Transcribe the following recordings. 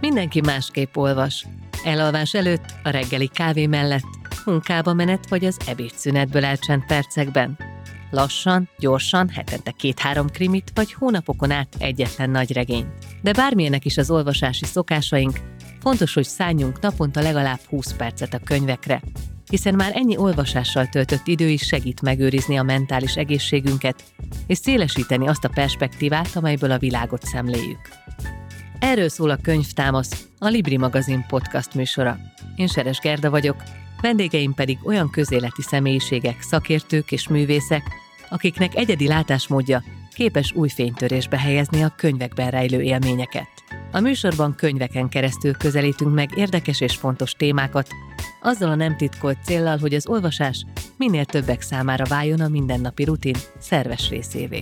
Mindenki másképp olvas. Elalvás előtt, a reggeli kávé mellett, munkába menet vagy az ebédszünetből elcsent percekben. Lassan, gyorsan, hetente 2-3 krimit vagy hónapokon át egyetlen nagy regényt. De bármilyenek is az olvasási szokásaink, fontos, hogy szálljunk naponta legalább 20 percet a könyvekre, hiszen már ennyi olvasással töltött idő is segít megőrizni a mentális egészségünket, és szélesíteni azt a perspektívát, amelyből a világot szemléljük. Erről szól a Könyvtámasz, a Libri magazin podcast műsora. Én Seres Gerda vagyok, vendégeim pedig olyan közéleti személyiségek, szakértők és művészek, akiknek egyedi látásmódja képes új fénytörésbe helyezni a könyvekben rejlő élményeket. A műsorban könyveken keresztül közelítünk meg érdekes és fontos témákat, azzal a nem titkolt céllal, hogy az olvasás minél többek számára váljon a mindennapi rutin szerves részévé.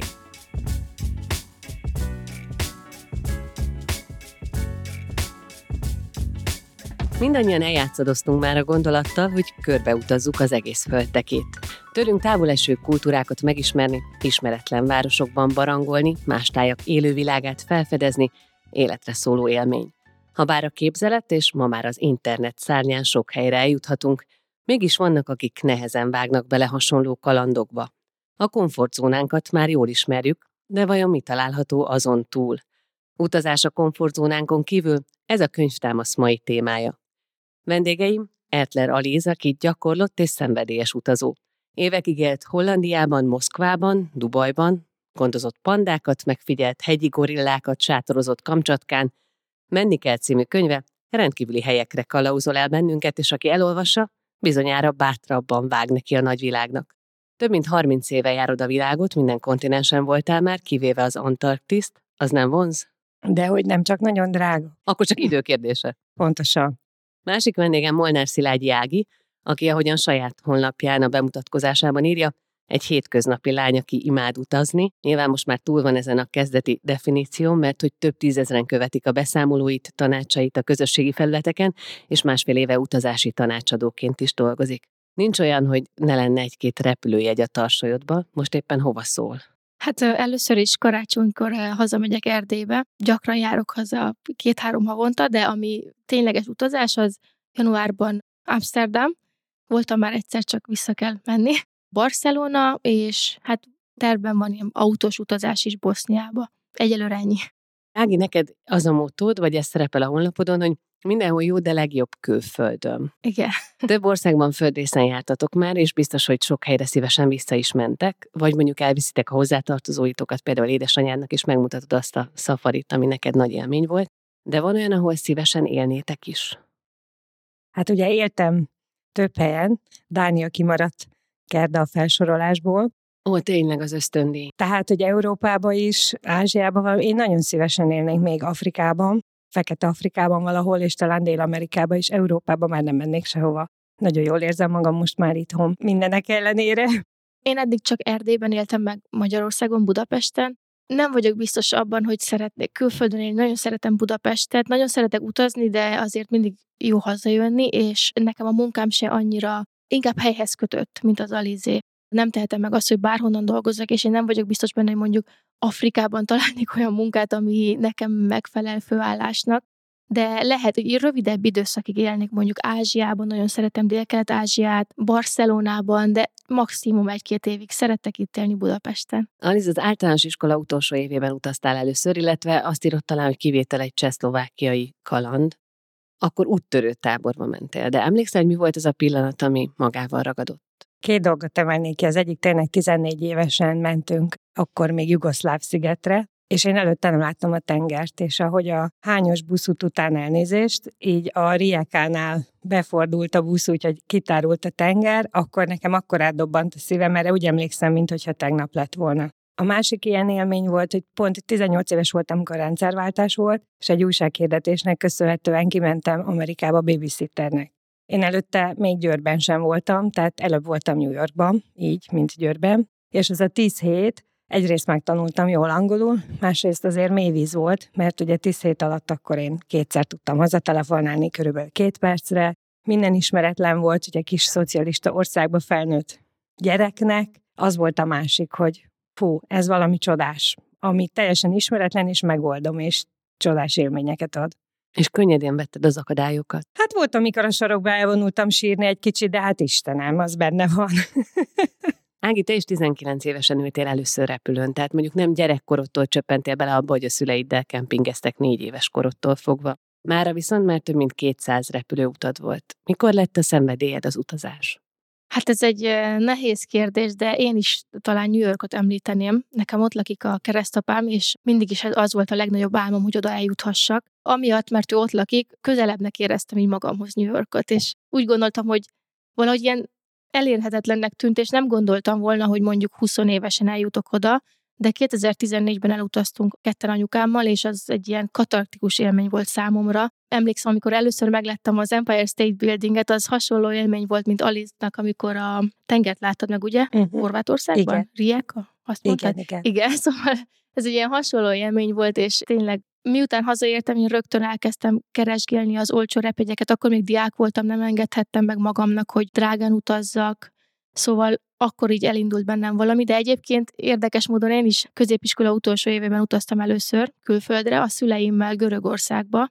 Mindannyian eljátszadoztunk már a gondolattal, hogy körbeutazzuk az egész földtekét. Tőlünk távol eső kultúrákat megismerni, ismeretlen városokban barangolni, más tájak élővilágát felfedezni, életre szóló élmény. Habár a képzelet és ma már az internet szárnyán sok helyre eljuthatunk, mégis vannak, akik nehezen vágnak bele hasonló kalandokba. A komfortzónánkat már jól ismerjük, de vajon mi található azon túl? Utazás a komfortzónánkon kívül, ez a Könyvtámasz mai témája. Vendégeim Ertler Alíz, aki gyakorlott és szenvedélyes utazó. Évekig élt Hollandiában, Moszkvában, Dubajban, gondozott pandákat, megfigyelt hegyi gorillákat, sátorozott Kamcsatkán. Menni kell című könyve rendkívüli helyekre kalauzol el bennünket, és aki elolvassa, bizonyára bátrabban vág neki a nagyvilágnak. Több mint 30 éve járod a világot, minden kontinensen voltál már, kivéve az Antarktiszt, az nem vonz? Dehogy nem, csak nagyon drága. Akkor csak időkérdése. Pontosan. Másik vendégem Molnár Szilágyi Ági, aki ahogyan saját honlapján a bemutatkozásában írja, egy hétköznapi lány, aki imád utazni. Nyilván most már túl van ezen a kezdeti definíción, mert hogy több tízezren követik a beszámolóit, tanácsait a közösségi felületeken, és másfél éve utazási tanácsadóként is dolgozik. Nincs olyan, hogy ne lenne egy-két repülőjegy a tarsolyodba, most éppen hova szól? Hát először is karácsonykor hazamegyek Erdélybe, gyakran járok haza 2-3 havonta, de ami tényleges utazás, az januárban Amsterdam, voltam már egyszer, csak vissza kell menni, Barcelona, és hát tervben van ilyen autós utazás is Boszniába. Egyelőre ennyi. Ági, neked az a motód, vagy ez szerepel a honlapodon, hogy mindenhol jó, de legjobb külföldön. Igen. Több országban földrészen jártatok már, és biztos, hogy sok helyre szívesen vissza is mentek, vagy mondjuk elviszitek a hozzátartozóitokat, például édesanyádnak, és megmutatod azt a szafarit, ami neked nagy élmény volt, de van olyan, ahol szívesen élnétek is? Hát ugye éltem több helyen, Dánia kimaradt Gerda a felsorolásból. Ó, tényleg az ösztöndíj. Tehát, hogy Európában is, Ázsiában van, én nagyon szívesen élnék még Afrikában, Fekete-Afrikában valahol, és talán Dél-Amerikában is, Európában már nem mennék sehova. Nagyon jól érzem magam most már itthon, mindenek ellenére. Én eddig csak Erdélyben éltem meg Magyarországon, Budapesten. Nem vagyok biztos abban, hogy szeretnék külföldön élni, nagyon szeretem Budapestet, nagyon szeretek utazni, de azért mindig jó hazajönni, és nekem a munkám se annyira inkább helyhez kötött, mint az Alizé. Nem tehetem meg azt, hogy bárhonnan dolgozzak, és én nem vagyok biztos benne, hogy mondjuk Afrikában találnék olyan munkát, ami nekem megfelel főállásnak, de lehet, hogy rövidebb időszakig élnék mondjuk Ázsiában, nagyon szeretem Dél-Kelet-Ázsiát, Barcelonában, de maximum 1-2 évig szeretek itt élni Budapesten. Aliz, az általános iskola utolsó évében utaztál először, illetve azt írott talán, hogy kivétel egy csehszlovákiai kaland. Akkor úttörő táborba mentél, de emlékszel, hogy mi volt ez a pillanat, ami magával ragadott? 2 dolgot emelnék ki, az egyik tényleg 14 évesen mentünk, akkor még Jugoszláv szigetre, és én előtte nem láttam a tengert, és ahogy a hányos buszút után elnézést, így a Rijekánál befordult a busz, úgyhogy kitárult a tenger, akkor nekem akkor átdobbant a szívem, erre úgy emlékszem, mintha tegnap lett volna. A másik ilyen élmény volt, hogy pont 18 éves voltam, amikor rendszerváltás volt, és egy újsághirdetésnek köszönhetően kimentem Amerikába babysitternek. Én előtte még Győrben sem voltam, tehát előbb voltam New Yorkban, így, mint Győrben, és az a 10 hét, egyrészt megtanultam jól angolul, másrészt azért mély víz volt, mert ugye 10 hét alatt akkor én 2-szer tudtam hazatelefonálni, körülbelül 2 percre, minden ismeretlen volt, ugye kis szocialista országba felnőtt gyereknek, az volt a másik, hogy ez valami csodás, ami teljesen ismeretlen, és megoldom, és csodás élményeket ad. És könnyedén vetted az akadályokat. Hát volt, amikor a sarokba elvonultam sírni egy kicsit, de hát Istenem, az benne van. Ági, te is 19 évesen ültél először repülőn, tehát mondjuk nem gyerekkorodtól csöppentél bele abba, hogy a szüleiddel kempingeztek 4 éves korodtól fogva. Mára viszont már több mint 200 repülőutad volt. Mikor lett a szenvedélyed az utazás? Hát ez egy nehéz kérdés, de én is talán New Yorkot említeném. Nekem ott lakik a keresztapám, és mindig is az volt a legnagyobb álmom, hogy oda eljuthassak. Amiatt, mert ő ott lakik, közelebbnek éreztem így magamhoz New Yorkot, és úgy gondoltam, hogy valahogy ilyen elérhetetlennek tűnt, és nem gondoltam volna, hogy mondjuk 20 évesen eljutok oda, de 2014-ben elutaztunk ketten anyukámmal, és az egy ilyen katartikus élmény volt számomra. Emlékszem, amikor először megláttam az Empire State Buildinget, az hasonló élmény volt, mint Alice-nak, amikor a tengert láttad meg, ugye? Horvátországban? Igen. Rijeka? Azt mondtad? Igen, szóval ez egy ilyen hasonló élmény volt, és tényleg miután hazaértem, én rögtön elkezdtem keresgélni az olcsó repjegyeket, akkor még diák voltam, nem engedhettem meg magamnak, hogy drágán utazzak, szóval akkor így elindult bennem valami, de egyébként érdekes módon én is középiskola utolsó évében utaztam először külföldre, a szüleimmel Görögországba,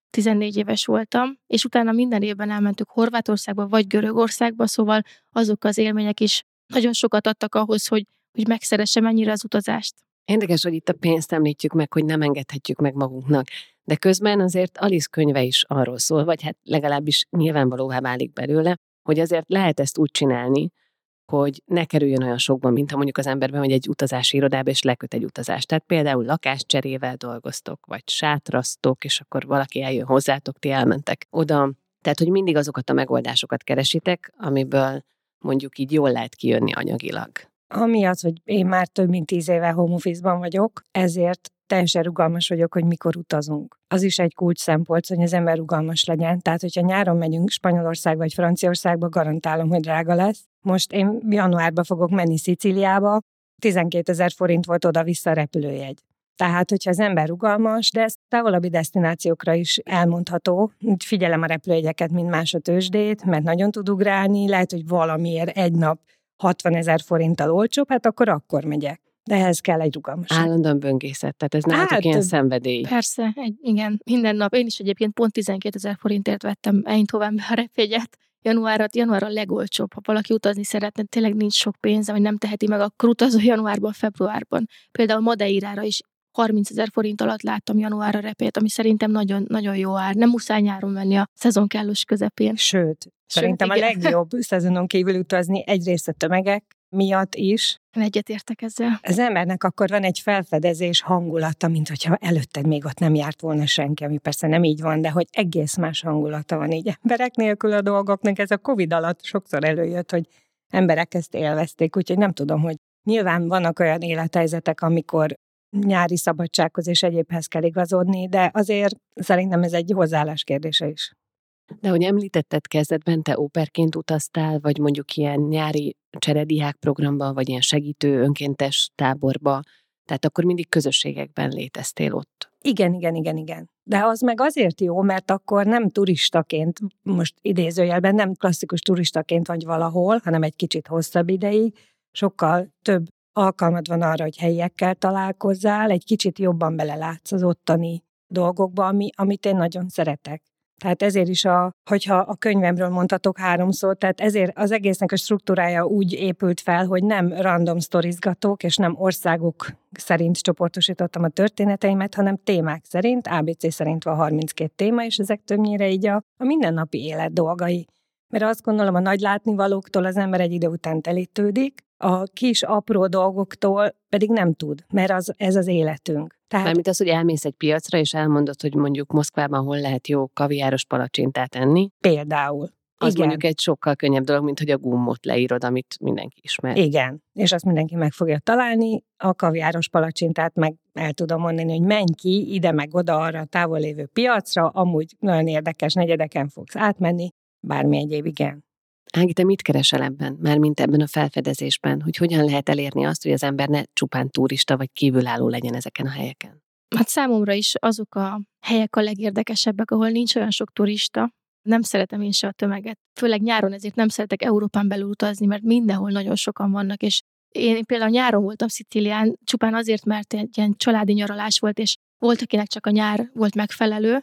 14 éves voltam, és utána minden évben elmentük Horvátországba vagy Görögországba, szóval azok az élmények is nagyon sokat adtak ahhoz, hogy megszeressem ennyire az utazást. Érdekes, hogy itt a pénzt említjük meg, hogy nem engedhetjük meg magunknak, de közben azért Alice könyve is arról szól, vagy hát legalábbis nyilvánvalóvá válik belőle, hogy azért lehet ezt úgy csinálni, hogy ne kerüljön olyan sokban, mint ha mondjuk az ember bemegy egy utazási irodába, és leköt egy utazást. Tehát például lakáscserével dolgoztok, vagy sátrasztok, és akkor valaki eljön hozzátok, ti elmentek oda. Tehát, hogy mindig azokat a megoldásokat keresitek, amiből mondjuk így jól lehet kijönni anyagilag. Amiatt, hogy én már több mint 10 éve home office-ban vagyok, ezért teljesen rugalmas vagyok, hogy mikor utazunk. Az is egy kulcs szempont, hogy az ember rugalmas legyen. Tehát, hogyha nyáron megyünk Spanyolországba vagy Franciaországba, garantálom, hogy drága lesz. Most én januárban fogok menni Szicíliába, 12 000 forint volt oda-vissza a repülőjegy. Tehát, hogyha az ember rugalmas, de ez távolabbi desztinációkra is elmondható. Figyelem a repülőjegyeket, mint más a tőzsdét, mert nagyon tud ugrálni, lehet, hogy valamiért egy nap 60 000 forinttal olcsóbb, hát akkor megyek. De ehhez kell egy rugalmasság. Állandóan böngészet, tehát ez nálatok ilyen szenvedély. Persze, igen, minden nap. Én is egyébként pont 12 000 forintért vettem Eindhovenbe a repjegyet. Január a legolcsóbb. Ha valaki utazni szeretne, tényleg nincs sok pénze, vagy nem teheti meg, akkor utazó januárban, februárban. Például Madeirára is 30 000 forint alatt láttam januárra repjegyet, ami szerintem nagyon, nagyon jó ár. Nem muszáj nyáron menni a szezon kellős közepén. Sőt, szerintem a legjobb szezonon kívül utazni egyrészt a tömegek miatt is. Egyetértek ezzel. Az embernek akkor van egy felfedezés hangulata, mint hogyha előtted még ott nem járt volna senki, ami persze nem így van, de hogy egész más hangulata van így emberek nélkül a dolgoknak. Ez a Covid alatt sokszor előjött, hogy emberek ezt élvezték, úgyhogy nem tudom, hogy nyilván vannak olyan élethelyzetek, amikor nyári szabadsághoz és egyébhez kell igazodni, de azért szerintem ez egy hozzáállás kérdése is. De hogy említetted kezdetben, te óperként utaztál, vagy mondjuk ilyen nyári cserediák programban, vagy ilyen segítő önkéntes táborba, tehát akkor mindig közösségekben léteztél ott. Igen. De az meg azért jó, mert akkor nem turistaként, most idézőjelben nem klasszikus turistaként vagy valahol, hanem egy kicsit hosszabb ideig, sokkal több alkalmad van arra, hogy helyiekkel találkozzál, egy kicsit jobban belelátsz az ottani dolgokba, amit én nagyon szeretek. Tehát ezért is, hogyha a könyvemről mondhatok 3 szót, tehát ezért az egésznek a struktúrája úgy épült fel, hogy nem random sztorizgatok, és nem országok szerint csoportosítottam a történeteimet, hanem témák szerint, ABC szerint van 32 téma, és ezek többnyire így a mindennapi élet dolgai. Mert azt gondolom, a nagy látnivalóktól az ember egy idő után telítődik, a kis apró dolgoktól pedig nem tud, mert ez az életünk. Mármint az, hogy elmész egy piacra, és elmondod, hogy mondjuk Moszkvában hol lehet jó kaviáros palacsintát enni. Például. Az igen. Mondjuk egy sokkal könnyebb dolog, mint hogy a gummot leírod, amit mindenki ismer. Igen, és azt mindenki meg fogja találni, a kaviáros palacsintát meg el tudom mondani, hogy menj ki ide meg oda arra a távol lévő piacra, amúgy nagyon érdekes negyedeken fogsz átmenni, bármi egyéb, igen. Ági, te mit keresel ebben, mármint ebben a felfedezésben, hogy hogyan lehet elérni azt, hogy az ember ne csupán turista vagy kívülálló legyen ezeken a helyeken? Hát számomra is azok a helyek a legérdekesebbek, ahol nincs olyan sok turista. Nem szeretem én se a tömeget. Főleg nyáron ezért nem szeretek Európán belül utazni, mert mindenhol nagyon sokan vannak, és én például nyáron voltam Szicílián, csupán azért, mert egy ilyen családi nyaralás volt, és volt, akinek csak a nyár volt megfelelő,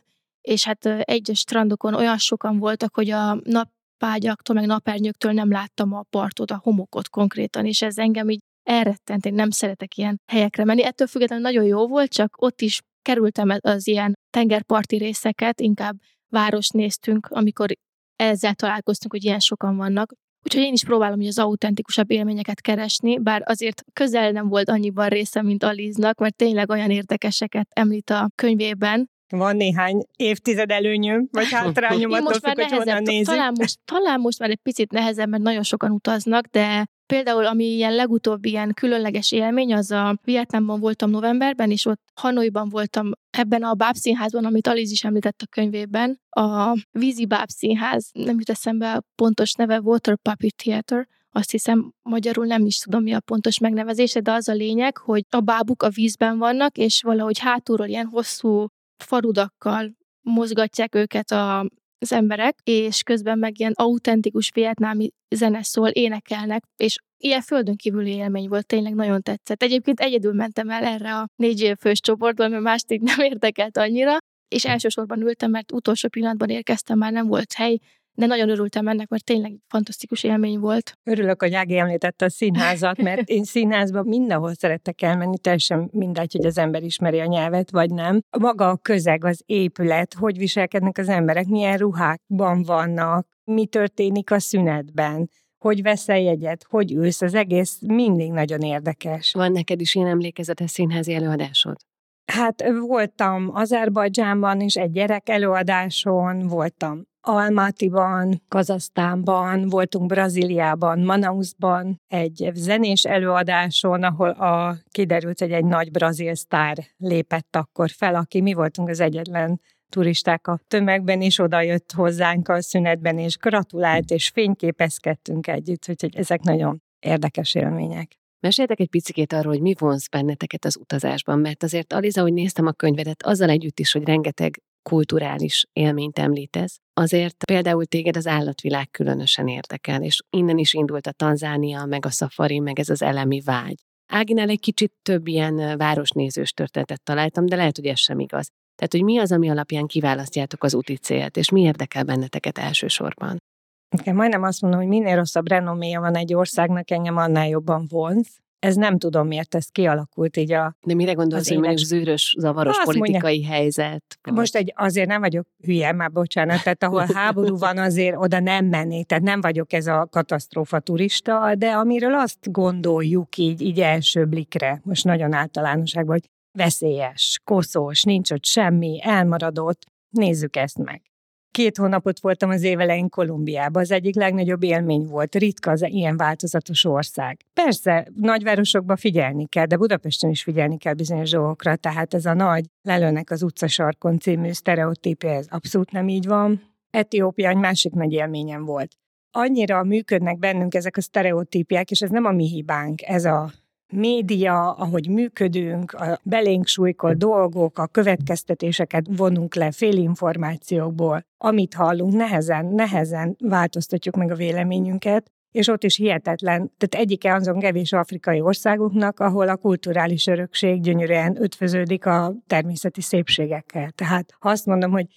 és hát egyes strandokon olyan sokan voltak, hogy a napágyaktól, meg napernyőktől nem láttam a partot, a homokot konkrétan, és ez engem így elrettent, én nem szeretek ilyen helyekre menni. Ettől függetlenül nagyon jó volt, csak ott is kerültem az ilyen tengerparti részeket, inkább várost néztünk, amikor ezzel találkoztunk, hogy ilyen sokan vannak. Úgyhogy én is próbálom az autentikusabb élményeket keresni, bár azért közel nem volt annyiban része, mint Aliznak, mert tényleg olyan érdekeseket említ a könyvében. Van néhány évtized előnyöm, vagy hátrányom, attól függ, hogy honnan nézzük. Talán most már egy picit nehezebb, mert nagyon sokan utaznak, de például ami ilyen legutóbb ilyen különleges élmény, az a Vietnámban voltam novemberben, és ott Hanoiban voltam ebben a bábszínházban, amit Aliz is említett a könyvében, a vízi bábszínház, nem jut eszembe a pontos neve, Water Puppet Theater, azt hiszem, magyarul nem is tudom, mi a pontos megnevezése, de az a lényeg, hogy a bábuk a vízben vannak, és valahogy hátulról ilyen hosszú farudakkal mozgatják őket az emberek, és közben meg ilyen autentikus vietnámi zene szól, énekelnek, és ilyen földön kívüli élmény volt, tényleg nagyon tetszett. Egyébként egyedül mentem el erre a 4 fős csoportból, mert mást így nem érdekelt annyira, és elsősorban ültem, mert utolsó pillanatban érkeztem, már nem volt hely, de nagyon örültem ennek, mert tényleg fantasztikus élmény volt. Örülök, hogy Ági említette a színházat, mert én színházban mindenhol szerettek elmenni, teljesen mindegy, hogy az ember ismeri a nyelvet, vagy nem. Maga a közeg, az épület, hogy viselkednek az emberek, milyen ruhákban vannak, mi történik a szünetben, hogy veszel jegyet, hogy ülsz, az egész mindig nagyon érdekes. Van neked is ilyen emlékezetes színházi előadásod? Hát voltam Azerbajdzsánban is egy gyerek előadáson, voltam Almatyban, Kazahsztánban, voltunk Brazíliában, Manausban egy zenés előadáson, ahol kiderült, hogy egy nagy brazil sztár lépett akkor fel, aki mi voltunk az egyetlen turisták a tömegben, és oda jött hozzánk a szünetben, és gratulált, és fényképezkedtünk együtt, úgyhogy ezek nagyon érdekes élmények. Meséltek egy picikét arról, hogy mi vonz benneteket az utazásban, mert azért, Aliza, hogy néztem a könyvedet, azzal együtt is, hogy rengeteg kulturális élményt említesz, azért például téged az állatvilág különösen érdekel, és innen is indult a Tanzánia, meg a szafari, meg ez az elemi vágy. Áginál egy kicsit több ilyen városnézős történetet találtam, de lehet, hogy ez sem igaz. Tehát, hogy mi az, ami alapján kiválasztjátok az úti célt, és mi érdekel benneteket elsősorban? Nekem majdnem azt mondom, hogy minél rosszabb renoméja van egy országnak, engem annál jobban vonz. Ez nem tudom, miért ez kialakult így De mire gondolsz, hogy mondjuk zűrös, zavaros azt politikai mondja, helyzet? Vagy? Most azért nem vagyok hülye, már bocsánat, tehát ahol háború van, azért oda nem mennék, tehát nem vagyok ez a katasztrófa turista, de amiről azt gondoljuk így első blikre, most nagyon általánosságban, hogy veszélyes, koszos, nincs ott semmi, elmaradott, nézzük ezt meg. 2 hónapot voltam az év elején Kolumbiában, az egyik legnagyobb élmény volt, ritka az ilyen változatos ország. Persze, nagyvárosokban figyelni kell, de Budapesten is figyelni kell bizonyos dolgokra, tehát ez a nagy lelőnek az utcasarkon című sztereotípia, ez abszolút nem így van. Etiópia egy másik nagy élményem volt. Annyira működnek bennünk ezek a sztereotípiák, és ez nem a mi hibánk, ez a média, ahogy működünk, a belénk súlykolt dolgok, a következtetéseket vonunk le félinformációkból, amit hallunk, nehezen változtatjuk meg a véleményünket, és ott is hihetetlen, tehát egyike azon kevés afrikai országoknak, ahol a kulturális örökség gyönyörűen ötvöződik a természeti szépségekkel. Tehát ha azt mondom, hogy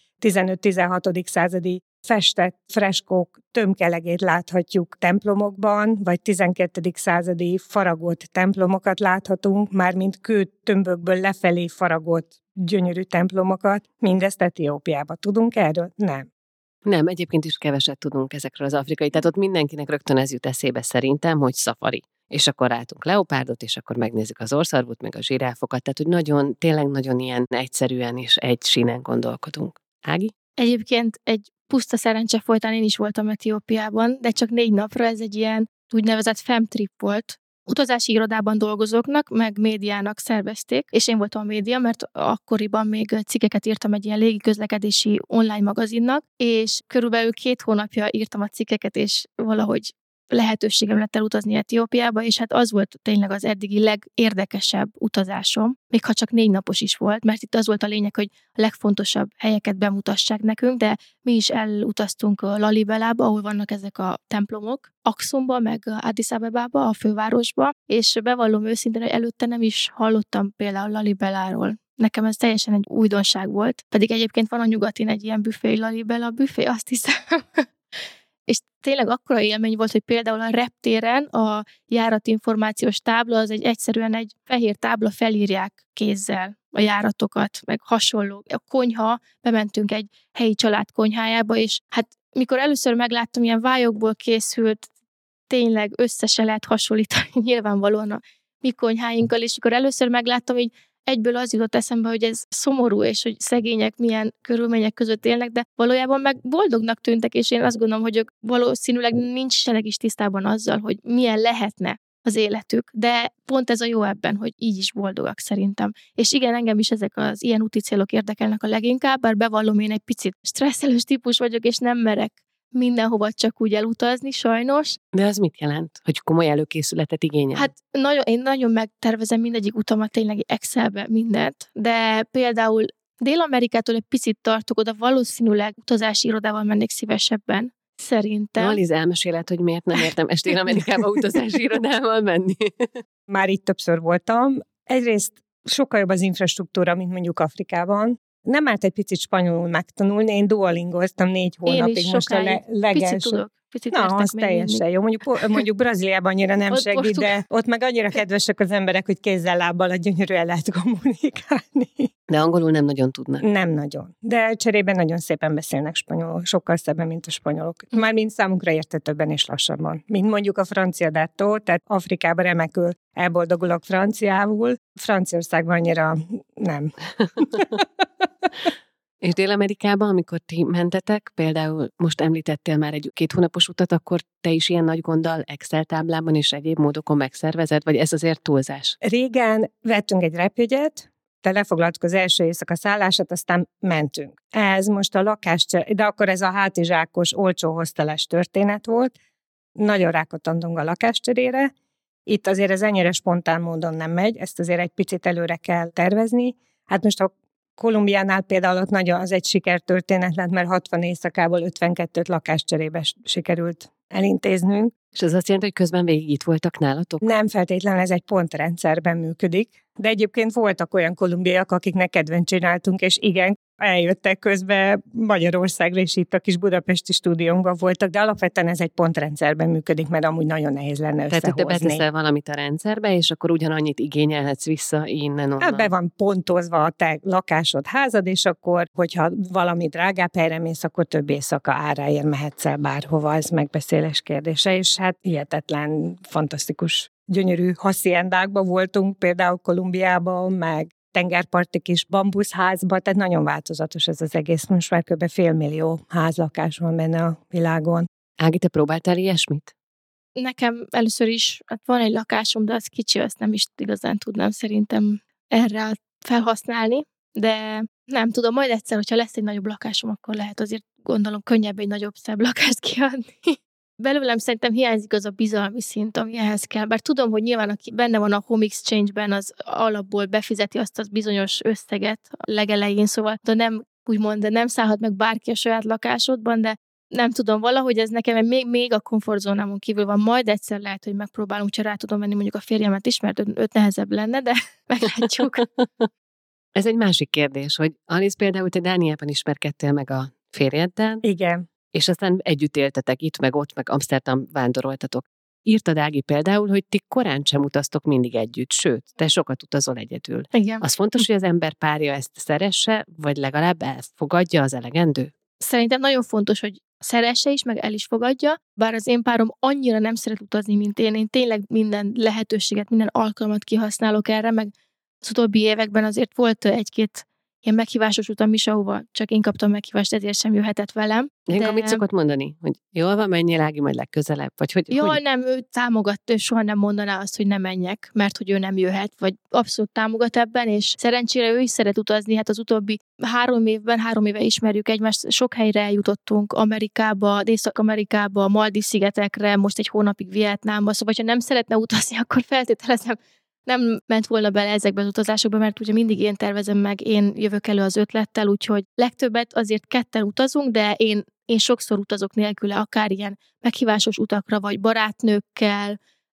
15-16. századi festett freskók tömkelegét láthatjuk templomokban, vagy 12. századi faragott templomokat láthatunk, mármint kőtömbökből lefelé faragott gyönyörű templomokat. Mindezt Etiópiában tudunk erről? Nem. Nem, egyébként is keveset tudunk ezekről az afrikai, tehát ott mindenkinek rögtön ez jut eszébe szerintem, hogy szafari. És akkor látunk leopárdot, és akkor megnézzük az orrszarvút, meg a zsiráfokat, tehát hogy nagyon, tényleg nagyon ilyen egyszerűen és egy sínen gondolkodunk. Ági? Egyébként egy puszta szerencse folytán én is voltam Etiópiában, de csak 4 napra, ez egy ilyen úgynevezett femtrip volt. Utazási irodában dolgozóknak, meg médiának szervezték, és én voltam a média, mert akkoriban még cikkeket írtam egy ilyen légiközlekedési online magazinnak, és körülbelül 2 hónapja írtam a cikkeket, és valahogy lehetőségem lett elutazni Etiópiába, és hát az volt tényleg az eddigi legérdekesebb utazásom, még ha csak 4 napos is volt, mert itt az volt a lényeg, hogy a legfontosabb helyeket bemutassák nekünk, de mi is elutaztunk Lalibelába, ahol vannak ezek a templomok, Akszumba, meg Addis Abebába, a fővárosba, és bevallom őszintén, hogy előtte nem is hallottam például Lalibeláról. Nekem ez teljesen egy újdonság volt, pedig egyébként van a nyugatin egy ilyen büfé, Lalibel a büfé, azt hiszem. És tényleg akkora élmény volt, hogy például a reptéren a járatinformációs tábla, az egyszerűen egy fehér tábla, felírják kézzel a járatokat, meg hasonló. A konyha, bementünk egy helyi család konyhájába, és hát mikor először megláttam, ilyen vályokból készült, tényleg össze se lehet hasonlítani nyilvánvalóan a mi konyháinkkal, és mikor először megláttam, így egyből az jutott eszembe, hogy ez szomorú, és hogy szegények milyen körülmények között élnek, de valójában meg boldognak tűntek, és én azt gondolom, hogy ők valószínűleg nincsenek is tisztában azzal, hogy milyen lehetne az életük, de pont ez a jó ebben, hogy így is boldogak szerintem. És igen, engem is ezek az ilyen úti célok érdekelnek a leginkább, bár bevallom, én egy picit stresszelős típus vagyok, és nem merek mindenhova csak úgy elutazni, sajnos. De az mit jelent? Hogy komoly előkészületet igényel? Hát én nagyon megtervezem mindegyik utamat, tényleg Excelbe mindent, de például Dél-Amerikától egy picit tartok, oda valószínűleg utazási irodával mennék szívesebben. Szerintem. Aliz, elmeséled, hogy miért nem értem Dél-Amerikába utazási irodával menni? Már itt többször voltam. Egyrészt sokkal jobb az infrastruktúra, mint mondjuk Afrikában. Nem állt egy picit spanyolul megtanulni, én duolingoztam 4 hónapig. Én is most sokáig. a legelső. Picit tudok. Na, az teljesen jó. Mondjuk Brazíliában annyira nem segít, de ott meg annyira kedvesek az emberek, hogy kézzel-lábbal a gyönyörűen lehet kommunikálni. De angolul nem nagyon tudnak. Nem nagyon. De cserében nagyon szépen beszélnek spanyolul, sokkal szebben, mint a spanyolok. Mármint számunkra érthetőbben és lassabban. Mint mondjuk a francia dattó, tehát Afrikában remekül elboldogulok franciául, Franciaországban annyira nem. És Dél-Amerikában, amikor ti mentetek, például most említettél már egy 2 hónapos utat, akkor te is ilyen nagy gonddal Excel táblában és egyéb módokon megszervezed, vagy ez azért túlzás? Régen vettünk egy repjegyet, de lefoglaltuk az első éjszaka szállását, aztán mentünk. Ez most a lakáscsere, de akkor ez a hátizsákos, olcsó hozteles történet volt. Nagyon rákattantunk a lakáscserére. Itt azért ez ennyire spontán módon nem megy, ezt azért egy picit előre kell tervezni. Hát most a Kolumbiánál például ott nagyon az egy sikertörténet lett, mert 60 éjszakából 52-t lakáscserébe sikerült elintéznünk. És ez azt jelenti, hogy közben végig itt voltak nálatok? Nem feltétlenül, ez egy pontrendszerben működik, de egyébként voltak olyan kolumbiaiak, akiknek kedven csináltunk, és igen, eljöttek közben Magyarországra, és itt a kis budapesti stúdiónkban voltak, de alapvetően ez egy pontrendszerben működik, mert amúgy nagyon nehéz lenne összehozni. Tehát te beteszel valamit a rendszerbe, és akkor ugyanannyit igényelhetsz vissza innen-onnan. Hát be van pontozva a te lakásod, házad, és akkor, hogyha valami drágább helyre mész, akkor több éjszaka áráért mehetsz el bárhova, ez megbeszélés kérdése, és hát hihetetlen, fantasztikus, gyönyörű haciendákban voltunk, például Kolumbiában, meg tengerparti kis bambuszházba, tehát nagyon változatos ez az egész. Most már kb. 500 000 házlakás van benne a világon. Ági, te próbáltál ilyesmit? Nekem először is, hát van egy lakásom, de az kicsi, azt nem is igazán tudnám szerintem erre felhasználni, de nem tudom, majd egyszer, hogyha lesz egy nagyobb lakásom, akkor lehet azért gondolom könnyebb egy nagyobb, szebb lakást kiadni. Belőlem szerintem hiányzik az a bizalmi szint, ami ehhez kell. Bár tudom, hogy nyilván aki benne van a Home Exchange-ben, az alapból befizeti azt az bizonyos összeget a legelején, szóval de nem szállhat meg bárki a saját lakásodban, de nem tudom, valahogy ez nekem még a komfortzónámon kívül van. Majd egyszer lehet, hogy megpróbálom, ha rá tudom venni mondjuk a férjemet is, mert őt nehezebb lenne, de meglátjuk. Ez egy másik kérdés, hogy Alice például te Dániában ismerkedtél meg a férjeddel. Igen. És aztán együtt éltetek itt, meg ott, meg Amsterdam vándoroltatok. Írtad, Ági, például, hogy ti korán sem utaztok mindig együtt, sőt, te sokat utazol egyedül. Igen. Az fontos, hogy az ember párja ezt szeresse, vagy legalább elfogadja, az elegendő? Szerintem nagyon fontos, hogy szeresse is, meg el is fogadja, bár az én párom annyira nem szeret utazni, mint én. Én tényleg minden lehetőséget, minden alkalmat kihasználok erre, meg az utóbbi években azért volt egy-két ilyen meghívásos utam is, ahova csak én kaptam meghívást, ezért sem jöhetett velem. Ilyenkor mit szokott mondani? Hogy jól van, menjél, Ági, majd legközelebb? Vagy hogy... Nem, ő támogat, ő soha nem mondaná azt, hogy ne menjek, mert hogy ő nem jöhet, vagy abszolút támogat ebben, és szerencsére ő is szeret utazni, hát az utóbbi 3 éve ismerjük egymást, sok helyre eljutottunk, Amerikába, Észak-Amerikába, Maldív-szigetekre, most egy hónapig Vietnámba, szóval ha nem szeretne utazni, akkor feltételezem, nem ment volna bele ezekbe az utazásokba, mert ugye mindig én tervezem meg, én jövök elő az ötlettel, úgyhogy legtöbbet azért ketten utazunk, de én sokszor utazok nélküle, akár ilyen meghívásos utakra, vagy barátnőkkel,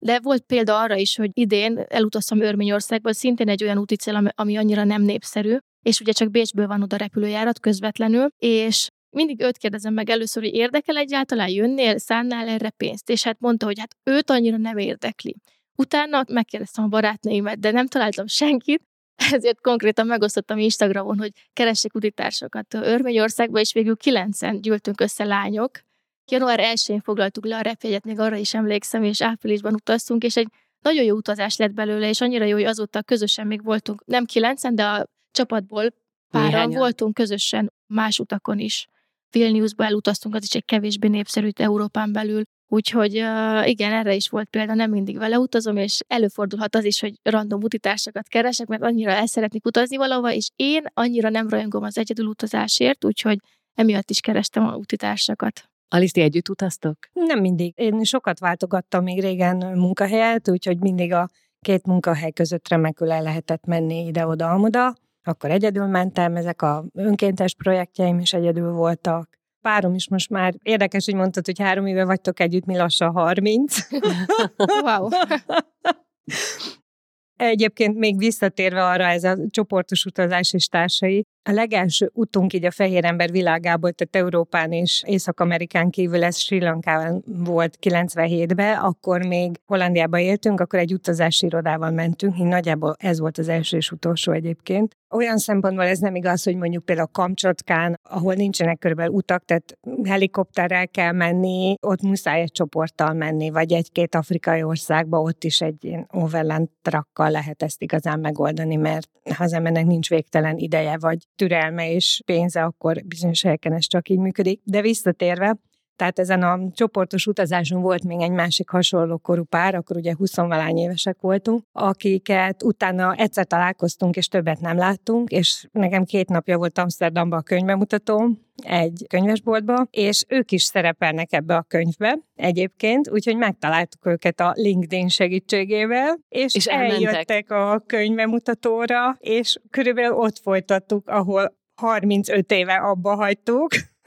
De volt példa arra is, hogy idén elutaztam Örményországba, szintén egy olyan úticél, ami annyira nem népszerű, és ugye csak Bécsből van oda repülőjárat közvetlenül, és mindig őt kérdezem meg először, hogy érdekel egyáltalán, jönnél, szánnál erre pénzt? És hát mondta, hogy hát őt annyira nem érdekli. Utána megkérdeztem a barátnőimet, de nem találtam senkit, ezért konkrétan megosztottam Instagramon, hogy keressék útitársakat Örményországba, és végül 9-en gyűltünk össze lányok. Január 1-én foglaltuk le a repjegyet, még arra is emlékszem, és áprilisban utaztunk, és egy nagyon jó utazás lett belőle, és annyira jó, hogy azóta közösen még voltunk, nem 9-en, de a csapatból páran voltunk közösen más utakon is. Vilniusba elutaztunk, az is egy kevésbé népszerű Európán belül, úgyhogy igen, erre is volt példa, nem mindig vele utazom, és előfordulhat az is, hogy random utitársakat keresek, mert annyira el szeretnék utazni valahova, és én annyira nem rajongom az egyedül utazásért, úgyhogy emiatt is kerestem a utitársakat. Alice, együtt utaztok? Nem mindig. Én sokat váltogattam még régen munkahelyet, úgyhogy mindig a 2 munkahely között remekül el lehetett menni ide-oda-amoda. Akkor egyedül mentem, ezek a önkéntes projektjeim is egyedül voltak. Párom is most már, érdekes, hogy mondtad, hogy 3 éve vagytok együtt, mi lassan 30. Wow! Egyébként még visszatérve arra, ez a csoportos utazás és társai, a legelső utunk így a fehér ember világából, tehát Európán és Észak-Amerikán kívül, ez Sri Lankában volt 97-ben, akkor még Hollandiában éltünk, akkor egy utazási irodával mentünk, így nagyjából ez volt az első és utolsó egyébként. Olyan szempontból ez nem igaz, hogy mondjuk például Kamcsatkán, ahol nincsenek körülbelül utak, tehát helikopterrel kell menni, ott muszáj egy csoporttal menni, vagy 1-2 afrikai országba, ott is egy ilyen overland truckkal lehet ezt igazán megoldani, mert ha az embernek nincs végtelen ideje, vagy türelme és pénze, akkor bizonyos helyeken ez csak így működik. De visszatérve, tehát ezen a csoportos utazáson volt még egy másik hasonló korú pár, akkor ugye 20-valány évesek voltunk, akiket utána egyszer találkoztunk, és többet nem láttunk, és nekem 2 napja volt Amsterdamban a könyvemutatóm, egy könyvesboltba, és ők is szerepelnek ebbe a könyvbe egyébként, úgyhogy megtaláltuk őket a LinkedIn segítségével, és eljöttek a könyvemutatóra, és körülbelül ott folytattuk, ahol 35 éve abba hagytuk.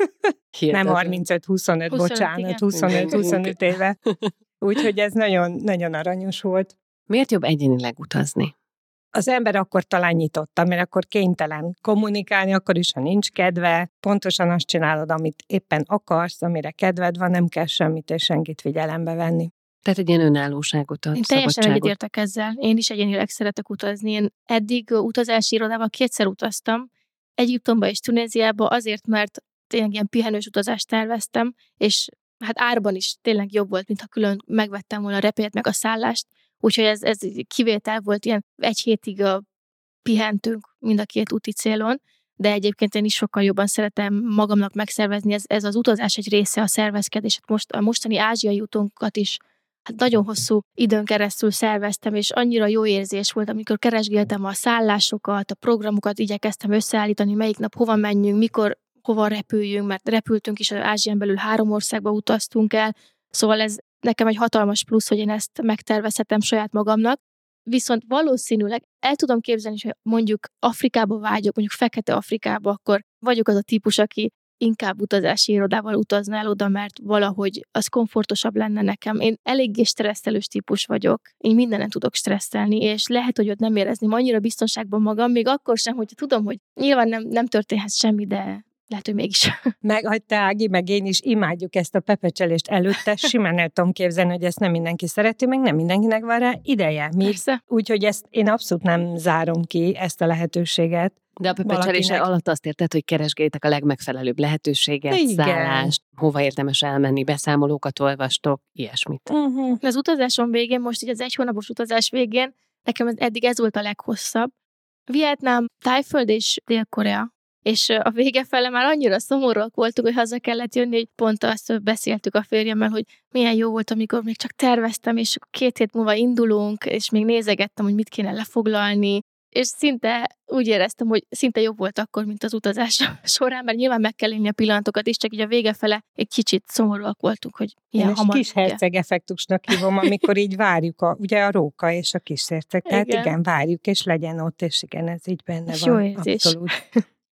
Nem 35-25, bocsánat, 25-25 éve. Úgyhogy ez nagyon, nagyon aranyos volt. Miért jobb egyénileg utazni? Az ember akkor talán nyitotta, mert akkor kénytelen kommunikálni, akkor is, ha nincs kedve, pontosan azt csinálod, amit éppen akarsz, amire kedved van, nem kell semmit és senkit figyelembe venni. Tehát egy ilyen önállóságot ad, én teljesen egyetértek ezzel. Én is egyénileg szeretek utazni. Én eddig utazási irodával 2-szer utaztam, Egyiptomba és Tunéziába azért, mert tényleg ilyen pihenős utazást terveztem, és hát árban is tényleg jobb volt, mintha külön megvettem volna a repélyet meg a szállást, úgyhogy ez kivétel volt, ilyen 1 hétig pihentünk mind a 2 úti célon, de egyébként én is sokkal jobban szeretem magamnak megszervezni, ez az utazás egy része a szervezkedés. A mostani ázsiai utunkat is hát nagyon hosszú időn keresztül szerveztem, és annyira jó érzés volt, amikor keresgéltem a szállásokat, a programokat, igyekeztem összeállítani, melyik nap hova menjünk, mikor hova repüljünk, mert repültünk is, az Ázsián belül 3 országba utaztunk el, szóval ez nekem egy hatalmas plusz, hogy én ezt megtervezhetem saját magamnak. Viszont valószínűleg el tudom képzelni, hogy mondjuk Afrikába vágyok, mondjuk Fekete Afrikába, akkor vagyok az a típus, aki inkább utazási irodával utazna el oda, mert valahogy az komfortosabb lenne nekem. Én eléggé stresszelős típus vagyok, én mindenen tudok stresszelni, és lehet, hogy ott nem érezném annyira biztonságban magam, még akkor sem, hogy tudom, hogy nyilván nem történhet semmi, de lehet, hogy mégis. Meg, hogy te, Ági, meg én is imádjuk ezt a pepecselést előtte, simán el tudom képzelni, hogy ezt nem mindenki szereti, meg nem mindenkinek van rá ideje. Úgyhogy ezt én abszolút nem zárom ki, ezt a lehetőséget. De a pepecselése alatt azt érted, hogy keresgéljétek a legmegfelelőbb lehetőséget, igen, szállást, hova érdemes elmenni, beszámolókat olvastok, ilyesmit. Az utazásom végén, most így az 1 hónapos utazás végén, nekem eddig ez volt a leghosszabb. Vietnám, Tájföld és Dél-Korea. És a vége fele már annyira szomorúak voltunk, hogy haza kellett jönni, hogy pont azt beszéltük a férjemmel, hogy milyen jó volt, amikor még csak terveztem, és 2 hét múlva indulunk, és még nézegettem, hogy mit kéne lefoglalni, és szinte úgy éreztem, hogy szinte jobb volt akkor, mint az utazás során, mert nyilván meg kell élni a pillanatokat is, csak így a vége fele egy kicsit szomorúak voltunk, hogy ilyen én hamar. Kis herceg effektusnak hívom, amikor így várjuk ugye a róka és a kis herceg. Tehát igen, várjuk, és legyen ott, és igen, ez így benne és van. Jó érzés. Abszolút.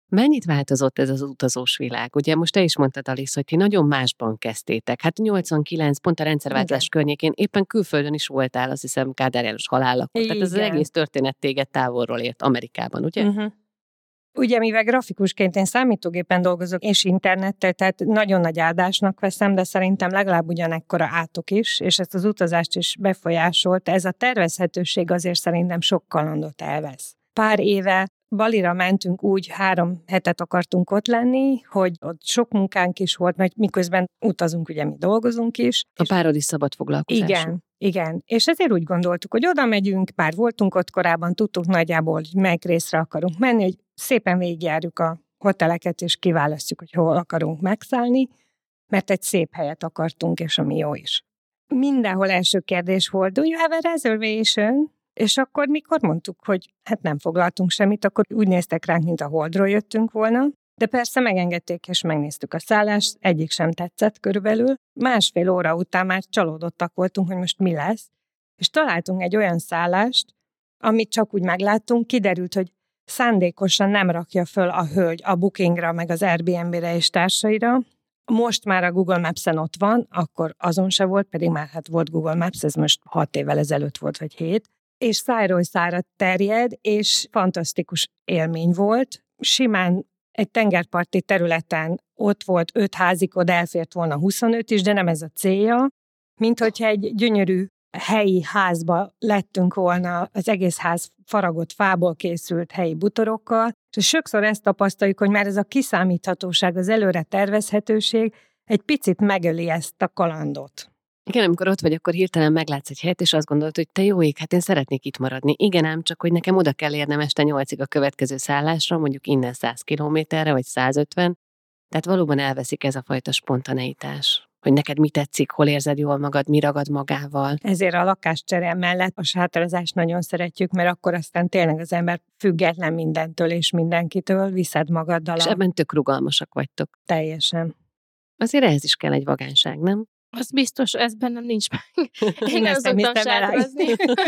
Mennyit változott ez az utazós világ? Ugye most te is mondtad, Alice, hogy ti nagyon másban kezdtétek. Hát 89, pont a rendszerváltás környékén éppen külföldön is voltál, azt hiszem Kádár János halállakor. Tehát ez az egész történet téged távolról ért Amerikában, ugye? Uh-huh. Ugye, mivel grafikusként én számítógépen dolgozok, és internettel, tehát nagyon nagy áldásnak veszem, de szerintem legalább ugyanekkora átok is, és ezt az utazást is befolyásolta. Ez a tervezhetőség azért szerintem sok kalandot elvesz. Pár éve Balira mentünk úgy, 3 hetet akartunk ott lenni, hogy ott sok munkánk is volt, mert miközben utazunk, ugye mi dolgozunk is. A párod is szabad foglalkozású. Igen. És ezért úgy gondoltuk, hogy oda megyünk, már voltunk ott korábban, tudtuk nagyjából, hogy melyik részre akarunk menni, hogy szépen végigjárjuk a hoteleket, és kiválasztjuk, hogy hol akarunk megszállni, mert egy szép helyet akartunk, és ami jó is. Mindenhol első kérdés volt, do you have a reservation? És akkor mikor mondtuk, hogy hát nem foglaltunk semmit, akkor úgy néztek ránk, mint a Holdról jöttünk volna, de persze megengedték, és megnéztük a szállást, egyik sem tetszett körülbelül. 1,5 óra után már csalódottak voltunk, hogy most mi lesz, és találtunk egy olyan szállást, amit csak úgy megláttunk, kiderült, hogy szándékosan nem rakja föl a hölgy a Bookingra, meg az Airbnb-re és társaira. Most már a Google Maps-en ott van, akkor azon se volt, pedig már hát volt Google Maps, ez most 6 évvel ezelőtt volt, vagy 7, és szájról szájra terjed, és fantasztikus élmény volt. Simán egy tengerparti területen ott volt 5 házik, oda elfért volna 25 is, de nem ez a célja. Mint hogyha egy gyönyörű helyi házba lettünk volna, az egész ház faragott fából készült helyi butorokkal, és sokszor ezt tapasztaljuk, hogy már ez a kiszámíthatóság, az előre tervezhetőség egy picit megöli ezt a kalandot. Igen, amikor ott vagy, akkor hirtelen meglátsz egy helyet, és azt gondolod, hogy te jó ég, hát én szeretnék itt maradni. Igen ám, csak hogy nekem oda kell érnem este 8-ig a következő szállásra, mondjuk innen 100 kilométerre, vagy 150. Tehát valóban elveszik ez a fajta spontaneitás. Hogy neked mi tetszik, hol érzed jól magad, mi ragad magával. Ezért a lakáscsere mellett a sátrazást nagyon szeretjük, mert akkor aztán tényleg az ember független mindentől és mindenkitől, viszed magaddal. És ebben tök rugalmasak vagytok. Teljesen. Azért ehhez is kell egy vagányság, nem? Az biztos, ez bennem nincs meg. Én nem szoktam sátrazni.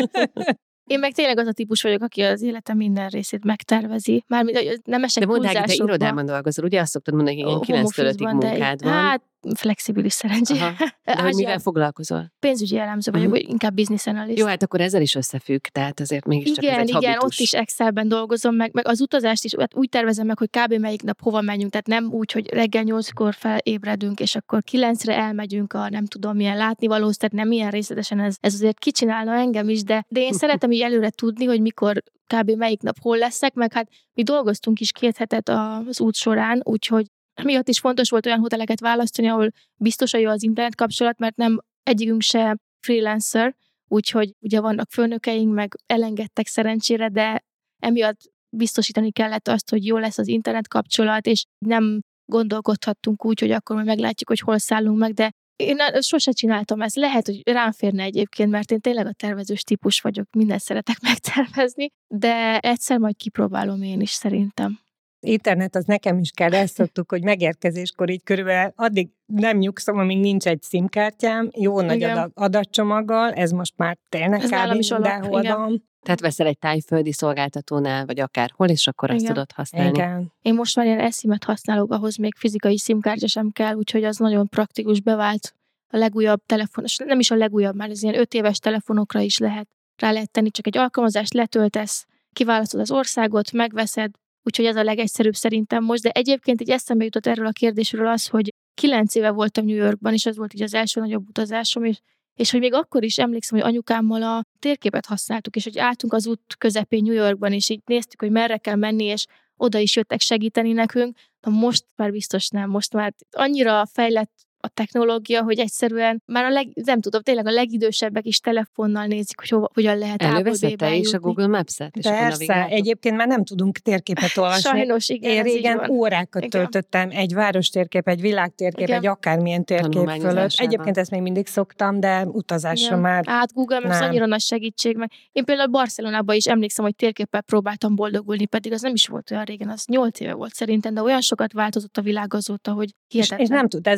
Én meg tényleg az a típus vagyok, aki az életem minden részét megtervezi. Mármint nem esek túlzásokba. De mondd, te irodában dolgozol, ugye azt szoktad mondani, hogy ilyen 9-5-ig munkád van. Hát, flexibilis szerencsére. De hogy mivel foglalkozol? Pénzügyi elemző vagyok, vagy inkább business analyst. Jó, hát akkor ezzel is összefügg, tehát azért mégiscsak ez egy habitus. Ott is Excelben dolgozom, meg az utazást is hát úgy tervezem meg, hogy kb. Melyik nap hova menjünk, tehát nem úgy, hogy reggel 8-kor felébredünk, és akkor 9-re elmegyünk a nem tudom milyen látnivalóhoz, tehát nem ilyen részletesen ez azért kicsinálna engem is, de én szeretem így előre tudni, hogy mikor kb. Melyik nap hol leszek, meg hát mi dolgoztunk is 2 hetet az út során, úgyhogy miatt is fontos volt olyan hoteleket választani, ahol biztos a jó az internet kapcsolat, mert nem egyikünk se freelancer, úgyhogy ugye vannak főnökeink, meg elengedtek szerencsére, de emiatt biztosítani kellett azt, hogy jó lesz az internet kapcsolat, és nem gondolkodhattunk úgy, hogy akkor majd meglátjuk, hogy hol szállunk meg, de én sose csináltam ezt. Lehet, hogy rám férne egyébként, mert én tényleg a tervezős típus vagyok, mindent szeretek megtervezni, de egyszer majd kipróbálom én is szerintem. Internet az nekem is kell, ezt szoktuk, hogy megérkezéskor így körülbelül addig nem nyugszom, amíg nincs egy SIM-kártyám, jó nagy adatcsomaggal, ez most már tényleg kb. Mindenhol van. Tehát veszel egy tájföldi szolgáltatónál, vagy akárhol, és akkor azt tudod használni. Igen. Én most már ilyen eSIM-et használok, ahhoz még fizikai SIM-kártya sem kell, úgyhogy az nagyon praktikus, bevált a legújabb telefon, nem is a legújabb, már az ilyen 5 éves telefonokra is rá lehet tenni, csak egy alkalmazást letöltesz, kiválasztod az országot, megveszed, úgyhogy ez a legegyszerűbb szerintem most, de egyébként így eszembe jutott erről a kérdésről az, hogy 9 éve voltam New Yorkban, és ez volt így az első nagyobb utazásom, és hogy még akkor is emlékszem, hogy anyukámmal a térképet használtuk, és hogy álltunk az út közepén New Yorkban, és így néztük, hogy merre kell menni, és oda is jöttek segíteni nekünk. Na most már biztos nem, most már annyira fejlett a technológia, hogy egyszerűen már nem tudom, tényleg a legidősebbek is telefonnal nézik, hogy hogyan lehet A-ból B-be is a Google Maps-et? Persze, egyébként már nem tudunk térképet olvasni. Sajnos, igen. Én régen órákat töltöttem egy várostérkép, egy világtérkép, egy akármilyen térkép fölött. Egyébként ezt még mindig szoktam, de utazásra már hát Google Maps annyira nagy segítség. Meg én például Barcelonában is emlékszem, hogy térképpel próbáltam boldogulni, pedig az nem is volt olyan régen, az 8 éve volt szerintem, de olyan sokat változott a világ azóta, hogy hihetetlen. És nem tud, ez egy más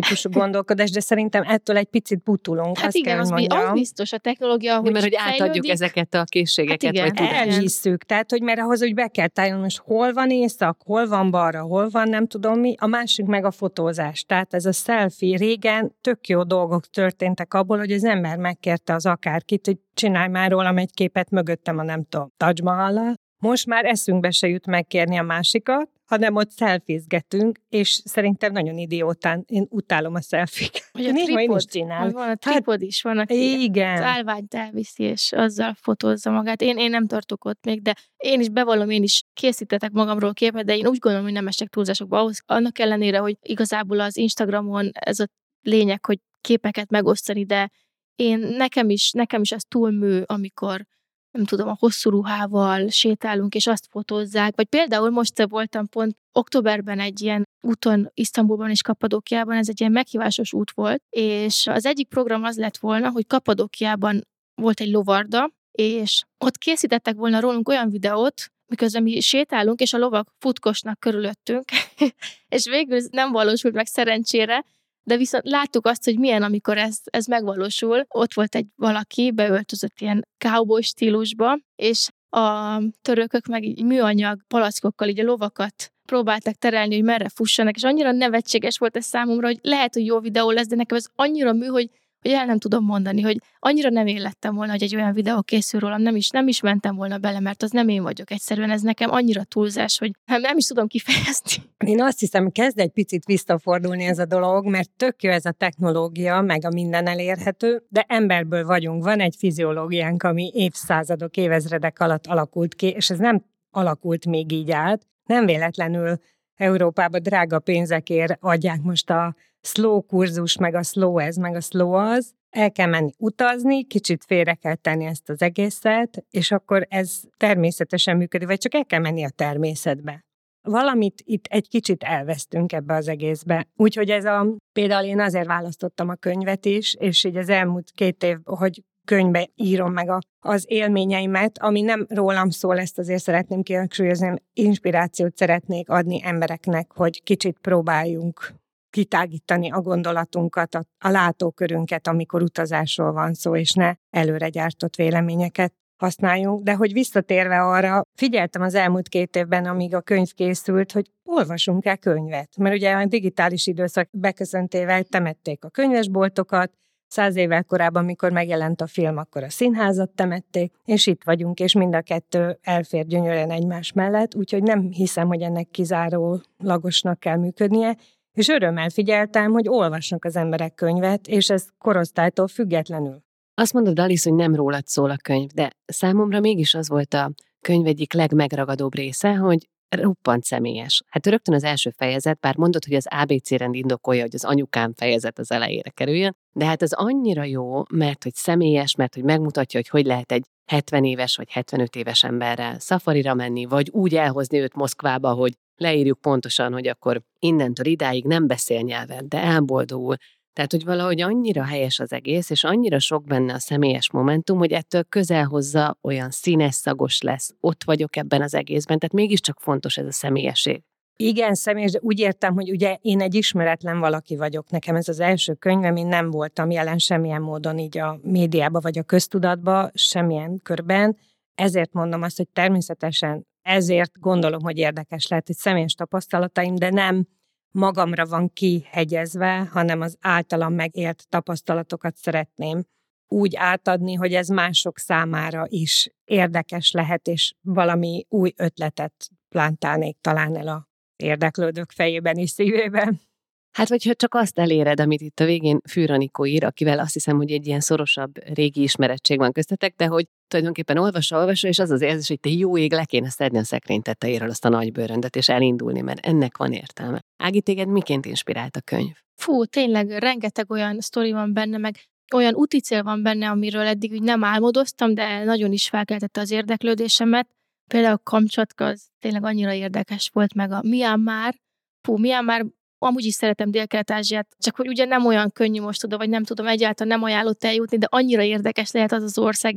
típusú gondolkodás, de szerintem ettől egy picit butulunk. Hát igen, az biztos a technológia, hogy mert hogy átadjuk ezeket a készségeket, hát igen, vagy tudást. Elhisszük, tehát, hogy mert ahhoz úgy be kell tájolni, most hol van észak, hol van balra, hol van nem tudom mi, a másik meg a fotózás. Tehát ez a selfie, régen tök jó dolgok történtek abból, hogy az ember megkérte az akárkit, hogy csinálj már rólam egy képet mögöttem a nem tudom, Taj Mahallal. Most már eszünkbe se jut megkérni a másikat, hanem ott szelfizgetünk, és szerintem nagyon idiótán. Én utálom a szelfiket. Néha én is csinálom. Van a tripod is, van, aki igen. az állványt elviszi, és azzal fotózza magát. Én nem tartok ott még, de én is bevallom, én is készítetek magamról képet, de én úgy gondolom, hogy nem esek túlzásokba ahhoz. Annak ellenére, hogy igazából az Instagramon ez a lényeg, hogy képeket megosztani, de nekem is ez túlmű, amikor nem tudom, a hosszú ruhával sétálunk, és azt fotózzák. Vagy például most voltam pont októberben egy ilyen úton Isztambulban és Kappadókiában, ez egy ilyen meghívásos út volt, és az egyik program az lett volna, hogy Kappadókiában volt egy lovarda, és ott készítettek volna rólunk olyan videót, miközben mi sétálunk, és a lovak futkosnak körülöttünk, és végül nem valósult meg szerencsére, de viszont láttuk azt, hogy milyen, amikor ez megvalósul. Ott volt egy valaki, beöltözött ilyen cowboy stílusba, és a törökök meg így műanyag palackokkal így a lovakat próbálták terelni, hogy merre fussanak, és annyira nevetséges volt ez számomra, hogy lehet, hogy jó videó lesz, de nekem ez annyira mű, hogy el nem tudom mondani, hogy annyira nem élettem volna, hogy egy olyan videó készül rólam, nem is mentem volna bele, mert az nem én vagyok egyszerűen, ez nekem annyira túlzás, hogy nem is tudom kifejezni. Én azt hiszem, kezd egy picit visszafordulni ez a dolog, mert tök jó ez a technológia, meg a minden elérhető, de emberből vagyunk, van egy fiziológiánk, ami évszázadok, évezredek alatt alakult ki, és ez nem alakult még így át. Nem véletlenül Európában drága pénzekért adják most a slow kurzus, meg a slow ez, meg a slow az. El kell menni utazni, kicsit félre kell tenni ezt az egészet, és akkor ez természetesen működik, vagy csak el kell menni a természetbe. Valamit itt egy kicsit elvesztünk ebbe az egészbe. Úgyhogy például én azért választottam a könyvet is, és így az elmúlt 2 év, hogy könyvbe írom meg az élményeimet, ami nem rólam szól, ezt azért szeretném kihangsúlyozni, inspirációt szeretnék adni embereknek, hogy kicsit próbáljunk kitágítani a gondolatunkat, a látókörünket, amikor utazásról van szó, és ne előre gyártott véleményeket használjunk. De hogy visszatérve arra, figyeltem az elmúlt 2 évben, amíg a könyv készült, hogy olvasunk-e könyvet. Mert ugye a digitális időszak beköszöntével temették a könyvesboltokat, 100 évvel korábban, amikor megjelent a film, akkor a színházat temették, és itt vagyunk, és mind a 2 elfér gyönyörűen egymás mellett, úgyhogy nem hiszem, hogy ennek kizárólagosnak kell működnie, és örömmel figyeltem, hogy olvasnak az emberek könyvet, és ez korosztálytól függetlenül. Azt mondod, Alice, hogy nem rólad szól a könyv, de számomra mégis az volt a könyv egyik legmegragadóbb része, hogy roppant személyes. Hát rögtön az első fejezet, bár mondod, hogy az ABC-rend indokolja, hogy az anyukám fejezet az elejére kerüljön, de hát az annyira jó, mert hogy személyes, mert hogy megmutatja, hogy lehet egy 70 éves vagy 75 éves emberrel szafarira menni, vagy úgy elhozni őt Moszkvába, hogy leírjuk pontosan, hogy akkor innentől idáig nem beszél nyelvet, de elboldogul. Tehát, hogy valahogy annyira helyes az egész, és annyira sok benne a személyes momentum, hogy ettől közel hozza, olyan színes, szagos lesz. Ott vagyok ebben az egészben, tehát mégiscsak fontos ez a személyesség. Igen, személyes, de úgy értem, hogy ugye én egy ismeretlen valaki vagyok. Nekem ez az első könyvem, én nem voltam jelen semmilyen módon így a médiába vagy a köztudatba, semmilyen körben. Ezért mondom azt, hogy természetesen ezért gondolom, hogy érdekes lehet egy személyes tapasztalataim, de nem magamra van kihegyezve, hanem az általam megélt tapasztalatokat szeretném úgy átadni, hogy ez mások számára is érdekes lehet, és valami új ötletet plántálnék talán el a érdeklődők fejében és szívében. Hát, vagy ha csak azt eléred, amit itt a végén Fűr Anikó ír, akivel azt hiszem, hogy egy ilyen szorosabb régi ismerettség van köztetek, de hogy tulajdonképpen olvassa, és az az érzés, hogy te jó ég, le kéne szedni a szekrény tetejéről azt a nagy bőröndöt, és elindulni, mert ennek van értelme. Ági, téged miként inspirált a könyv? Fú, tényleg rengeteg olyan sztori van benne, meg olyan úticél van benne, amiről eddig úgy nem álmodoztam, de nagyon is felkeltette az érdeklődésemet. Például a Kamcsatka, az tényleg annyira érdekes volt, meg a Myanmar. Myanmar, amúgy is szeretem Dél-Kelet-Ázsiát, csak hogy ugye nem olyan könnyű most oda, vagy nem tudom, egyáltalán nem ajánlott eljutni, de annyira érdekes lehet az az ország, és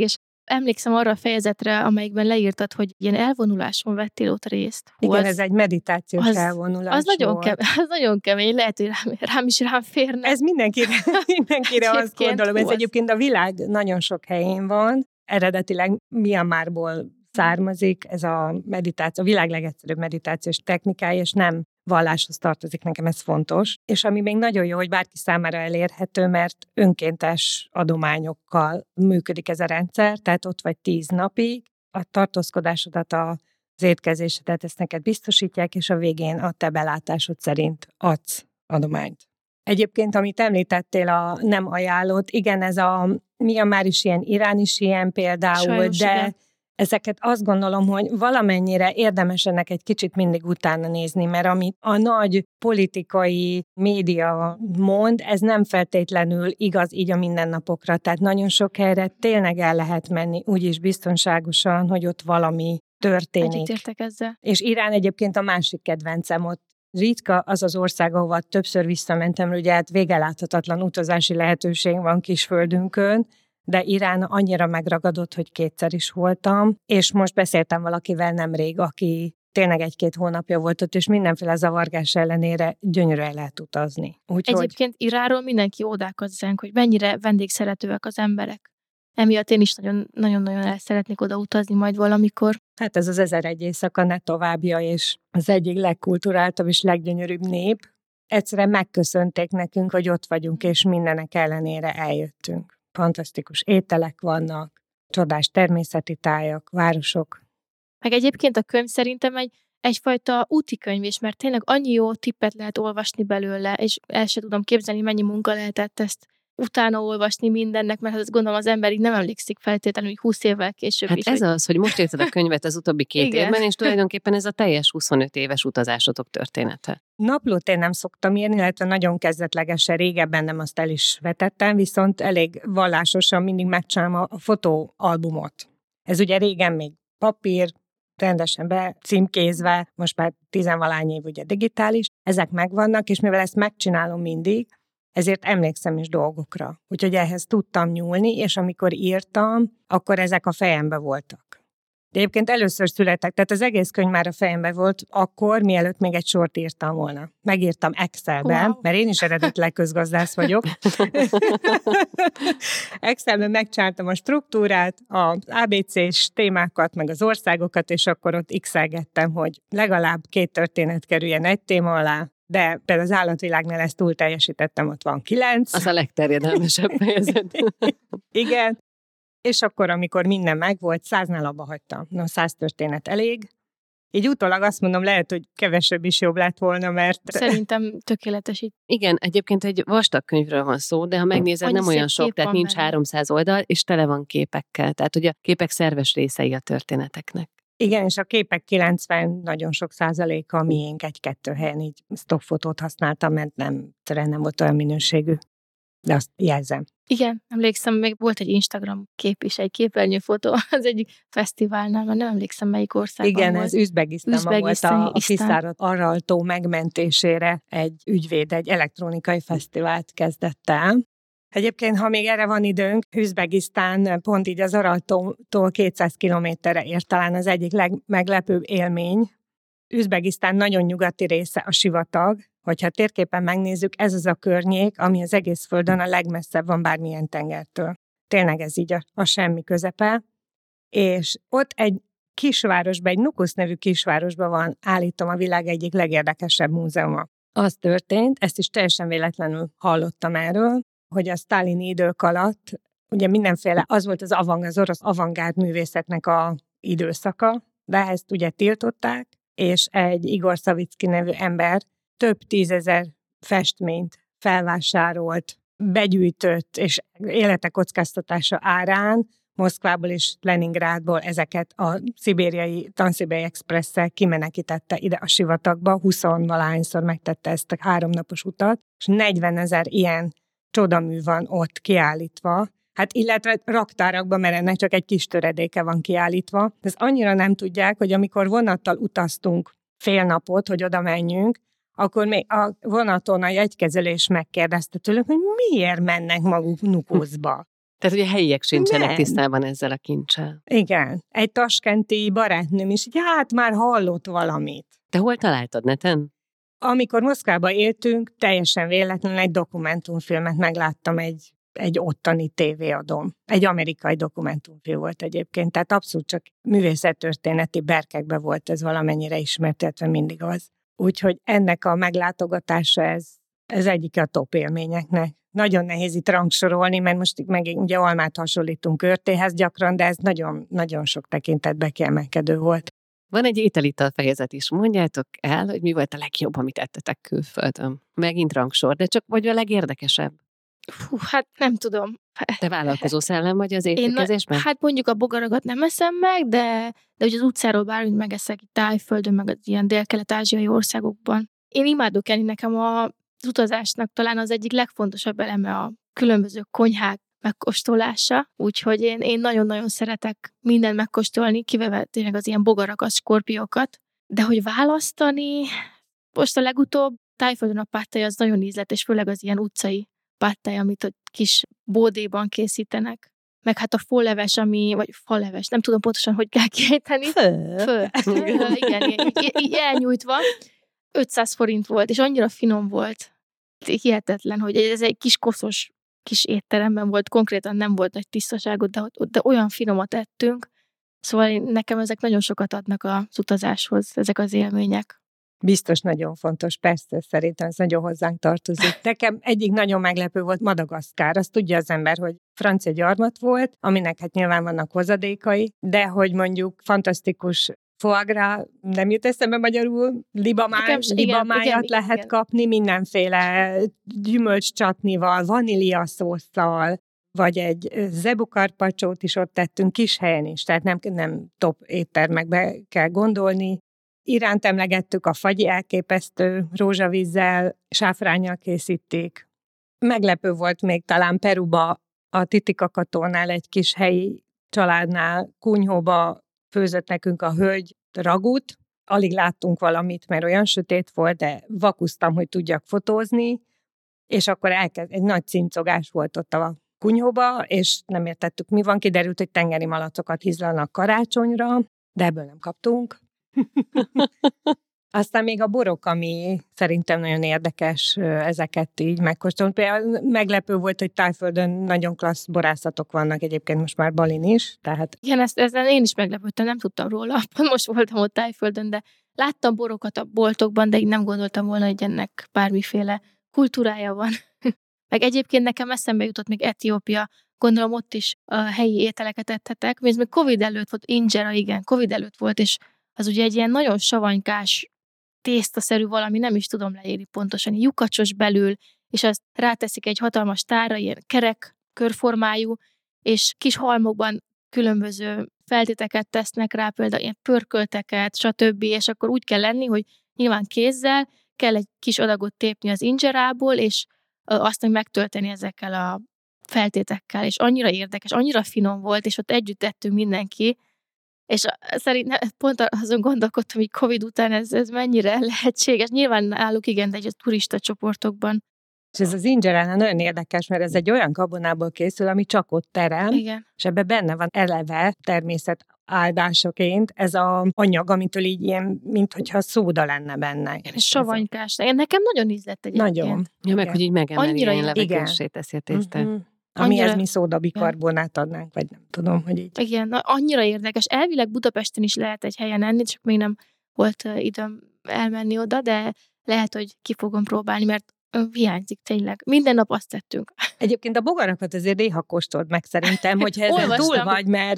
Emlékszem arra a fejezetre, amelyikben leírtad, hogy ilyen elvonuláson vettél ott részt. Igen, ez egy meditációs elvonulás az nagyon volt. Az nagyon kemény, lehet, hogy rám férne. Ez mindenkire azt gondolom. Ez egyébként a világ nagyon sok helyén van. Eredetileg Myanmarból származik ez a meditáció, a világ legegyszerűbb meditációs technikája, és nem valláshoz tartozik, nekem ez fontos. És ami még nagyon jó, hogy bárki számára elérhető, mert önkéntes adományokkal működik ez a rendszer, tehát ott vagy 10 napig, a tartózkodásodat, az étkezésedet ezt neked biztosítják, és a végén a te belátásod szerint adsz adományt. Egyébként, amit említettél, a nem ajánlott, igen, ez a Myanmar is ilyen, Irán is ilyen például, sajnos, de igen. Ezeket azt gondolom, hogy valamennyire érdemes ennek egy kicsit mindig utána nézni, mert amit a nagy politikai média mond, ez nem feltétlenül igaz így a mindennapokra. Tehát nagyon sok helyre tényleg el lehet menni úgyis biztonságosan, hogy ott valami történik. Egyetértek ezzel. És Irán egyébként a másik kedvencem, ott ritka az az ország, ahova többször visszamentem, ugye hát végeláthatatlan utazási lehetőség van kisföldünkön, de Irán annyira megragadott, hogy 2-szer is voltam, és most beszéltem valakivel nemrég, aki tényleg 1-2 hónapja volt ott, és mindenféle zavargás ellenére gyönyörűen lehet utazni. Egyébként Iránról mindenki ódákat zenk, hogy mennyire vendégszeretőek az emberek. Emiatt én is nagyon-nagyon el szeretnék oda utazni majd valamikor. Hát ez az 1001 éjszaka ne továbbja, és az egyik legkulturáltabb és leggyönyörűbb nép. Egyszerűen megköszönték nekünk, hogy ott vagyunk, és mindenek ellenére eljöttünk. Fantasztikus ételek vannak, csodás természeti tájak, városok. Meg egyébként a könyv szerintem egyfajta úti könyv is, mert tényleg annyi jó tippet lehet olvasni belőle, és el sem tudom képzelni, mennyi munka lehetett ezt utána olvasni mindennek, mert azt gondolom az ember így nem emlékszik feltétlenül, hogy 20 évvel később hát is. Hát ez az, hogy most írtad a könyvet az utóbbi 2 évben, és tulajdonképpen ez a teljes 25 éves utazásotok története. Naplót én nem szoktam írni, illetve nagyon kezdetlegesen régebben nem azt el is vetettem, viszont elég vallásosan mindig megcsinálom a fotóalbumot. Ez ugye régen még papír, rendesen becímkézve, most már 10-valány év ugye digitális, ezek megvannak, és mivel ezt megcsinálom mindig, ezért emlékszem is dolgokra. Úgyhogy ehhez tudtam nyúlni, és amikor írtam, akkor ezek a fejembe voltak. De egyébként először születtek, tehát az egész könyv már a fejembe volt akkor, mielőtt még egy sort írtam volna. Megírtam Excelben, wow. Mert én is eredetileg közgazdász vagyok. Excelben megcsináltam a struktúrát, az ABC-s témákat, meg az országokat, és akkor ott x-elgettem, hogy legalább 2 történet kerüljen egy téma alá, de például az állatvilágnál ezt túl teljesítettem, ott van 9. Az a legterjedelmesebb fejezet. Igen. És akkor, amikor minden megvolt, 100-nál abba hagytam. 100 történet elég. Így utólag azt mondom, lehet, hogy kevesebb is jobb lett volna, mert... Szerintem tökéletes így. Igen, egyébként egy vastag könyvről van szó, de ha megnézed, nem olyan sok, tehát nincs benne. 300 oldal, és tele van képekkel. Tehát, hogy a képek szerves részei a történeteknek. Igen, és a képek 90 nagyon sok százaléka a miénk, 1-2 helyen így stockfotót használtam, mert nem volt olyan minőségű. De azt jelzem. Igen, emlékszem, még volt egy Instagram kép is, egy képernyőfotó az egyik fesztiválnál, mert nem emlékszem, melyik országban igen, volt. Ez Üzbegisztánban volt a kiszáradt arraltó megmentésére egy ügyvéd, egy elektronikai fesztivált kezdett el. Egyébként, ha még erre van időnk, Üzbegisztán pont így az Araltótól 200 kilométerre ért, talán az egyik legmeglepőbb élmény. Üzbegisztán nagyon nyugati része a sivatag, hogyha térképen megnézzük, ez az a környék, ami az egész földön a legmesszebb van bármilyen tengertől. Tényleg ez így a semmi közepe. És ott egy kisvárosban, egy Nukusz nevű kisvárosban van, állítom, a világ egyik legérdekesebb múzeuma. Az történt, ezt is teljesen véletlenül hallottam erről, hogy a sztálini idők alatt, ugye mindenféle, az volt az orosz avantgárd művészetnek a időszaka, de ezt ugye tiltották, és egy Igor Savicki nevű ember több 10 000 festményt felvásárolt, begyűjtött, és élete kockáztatása árán Moszkvából és Leningrádból ezeket a Transzibériai Expresszel kimenekítette ide a sivatagba, 20-valahányszor megtette ezt a 3 napos utat, és 40 000 ilyen csodamű van ott kiállítva, hát illetve raktárakban, mert ennek csak egy kis töredéke van kiállítva. De ezt annyira nem tudják, hogy amikor vonattal utaztunk fél napot, hogy oda menjünk, akkor még a vonaton a jegykezelés megkérdezte tőlük, hogy miért mennek maguk Nukuszba. Tehát, hogy a helyiek sincsenek Nem. tisztában ezzel a kincsel. Igen. Egy taskenti barátnőm is, hogy hát már hallott valamit. Te hol találtad neten? Amikor Moszkvában éltünk, teljesen véletlenül egy dokumentumfilmet megláttam egy ottani tévéadón. Egy amerikai dokumentumfilm volt egyébként, tehát abszolút csak művészettörténeti berkekben volt ez valamennyire ismert, illetve mindig az. Úgyhogy ennek a meglátogatása ez egyik a top élményeknek. Nagyon nehéz itt rangsorolni, mert most megint ugye almát hasonlítunk körtéhez gyakran, de ez nagyon, nagyon sok tekintetben kiemelkedő volt. Van egy étel-ital fejezet is. Mondjátok el, hogy mi volt a legjobb, amit ettetek külföldön. Megint rangsor, de csak vagy a legérdekesebb. Fú, hát nem tudom. Te vállalkozó szellem vagy az étkezésben? Hát mondjuk a bogaragat nem eszem meg, de ugye az utcáról bármit megeszek itt Tájföldön, meg az ilyen dél-kelet-ázsiai országokban. Én imádok enni, nekem az utazásnak talán az egyik legfontosabb eleme a különböző konyhák megkóstolása, úgyhogy én nagyon-nagyon szeretek mindent megkóstolni, kivéve tényleg az ilyen bogarakat, skorpiókat, de hogy választani, most a legutóbb Tájföldön a pad thai az nagyon ízlet, és főleg az ilyen utcai pad thai, amit ott kis bódéban készítenek. Meg hát a fóleves, vagy faleves, nem tudom pontosan, hogy kell kiejteni. Fő. Igen, így elnyújtva. 500 forint volt, és annyira finom volt. Hihetetlen, hogy ez egy kis koszos kis étteremben volt, konkrétan nem volt nagy tisztaságot, de olyan finomat ettünk. Szóval nekem ezek nagyon sokat adnak az utazáshoz, ezek az élmények. Biztos nagyon fontos, persze, szerintem ez nagyon hozzánk tartozik. Nekem egyik nagyon meglepő volt Madagaszkár. Azt tudja az ember, hogy francia gyarmat volt, aminek hát nyilván vannak hozadékai, de hogy mondjuk fantasztikus foie gras, nem jut eszembe magyarul, libamájat lehet kapni mindenféle gyümölcscsatnival, vaníliaszósszal, vagy egy zebukarpacsót is ott tettünk kis helyen is, tehát nem top éttermekbe kell gondolni. Iránt emlegettük, a fagyi elképesztő, rózsavízzel, sáfránnyal készítik. Meglepő volt még talán Peruba, a Titicacatónál egy kis helyi családnál, kunyhóba főzött nekünk a hölgy ragút. Alig láttunk valamit, mert olyan sötét volt, de vakusztam, hogy tudjak fotózni, és akkor egy nagy cincogás volt ott a kunyhóba, és nem értettük, mi van, kiderült, hogy tengeri malacokat hízlalnak karácsonyra, de ebből nem kaptunk. Aztán még a borok, ami szerintem nagyon érdekes ezeket így megkóstolni. Például meglepő volt, hogy Tájföldön nagyon klassz borászatok vannak, egyébként most már Balin is. Tehát... Igen, ezzel én is meglepődtem, nem tudtam róla. Most voltam ott Tájföldön, de láttam borokat a boltokban, de így nem gondoltam volna, hogy ennek bármiféle kultúrája van. Meg egyébként nekem eszembe jutott még Etiópia, gondolom ott is a helyi ételeket ettetek, mert ez még Covid előtt volt, injera, igen, Covid előtt volt, és az ugye egy ilyen nagyon savanykás, tésztaszerű valami, nem is tudom leírni pontosan, lyukacsos belül, és azt ráteszik egy hatalmas tárra, ilyen kerek, körformájú, és kis halmokban különböző feltéteket tesznek rá, például ilyen pörkölteket, stb., és akkor úgy kell lenni, hogy nyilván kézzel kell egy kis adagot tépni az injerából, és azt meg megtölteni ezekkel a feltétekkel, és annyira érdekes, annyira finom volt, és ott együtt ettünk mindenki, és szerintem pont azon gondolkodtam, hogy Covid után ez mennyire lehetséges. Nyilván náluk igen, de egy turista csoportokban. És ez az ingeránál nagyon érdekes, mert ez egy olyan gabonából készül, ami csak ott terem, igen. És ebben benne van eleve természet áldásoként ez az anyag, amitől így ilyen, minthogyha szóda lenne benne. Igen, és savanykás. Nekem nagyon ízlett egyébként. Nagyon. Ja, meg hogy így megemeli, ilyen levegőssé levegőssé teszi a tésztát. Uh-huh. Amihez mi szódabikarbonát adnánk, vagy nem tudom, hogy így. Igen, annyira érdekes. Elvileg Budapesten is lehet egy helyen enni, csak még nem volt időm elmenni oda, de lehet, hogy ki fogom próbálni, mert hiányzik tényleg. Minden nap azt tettünk. Egyébként a bogarakat azért néha kóstold meg szerintem, hogyha ezen túl vagy, mert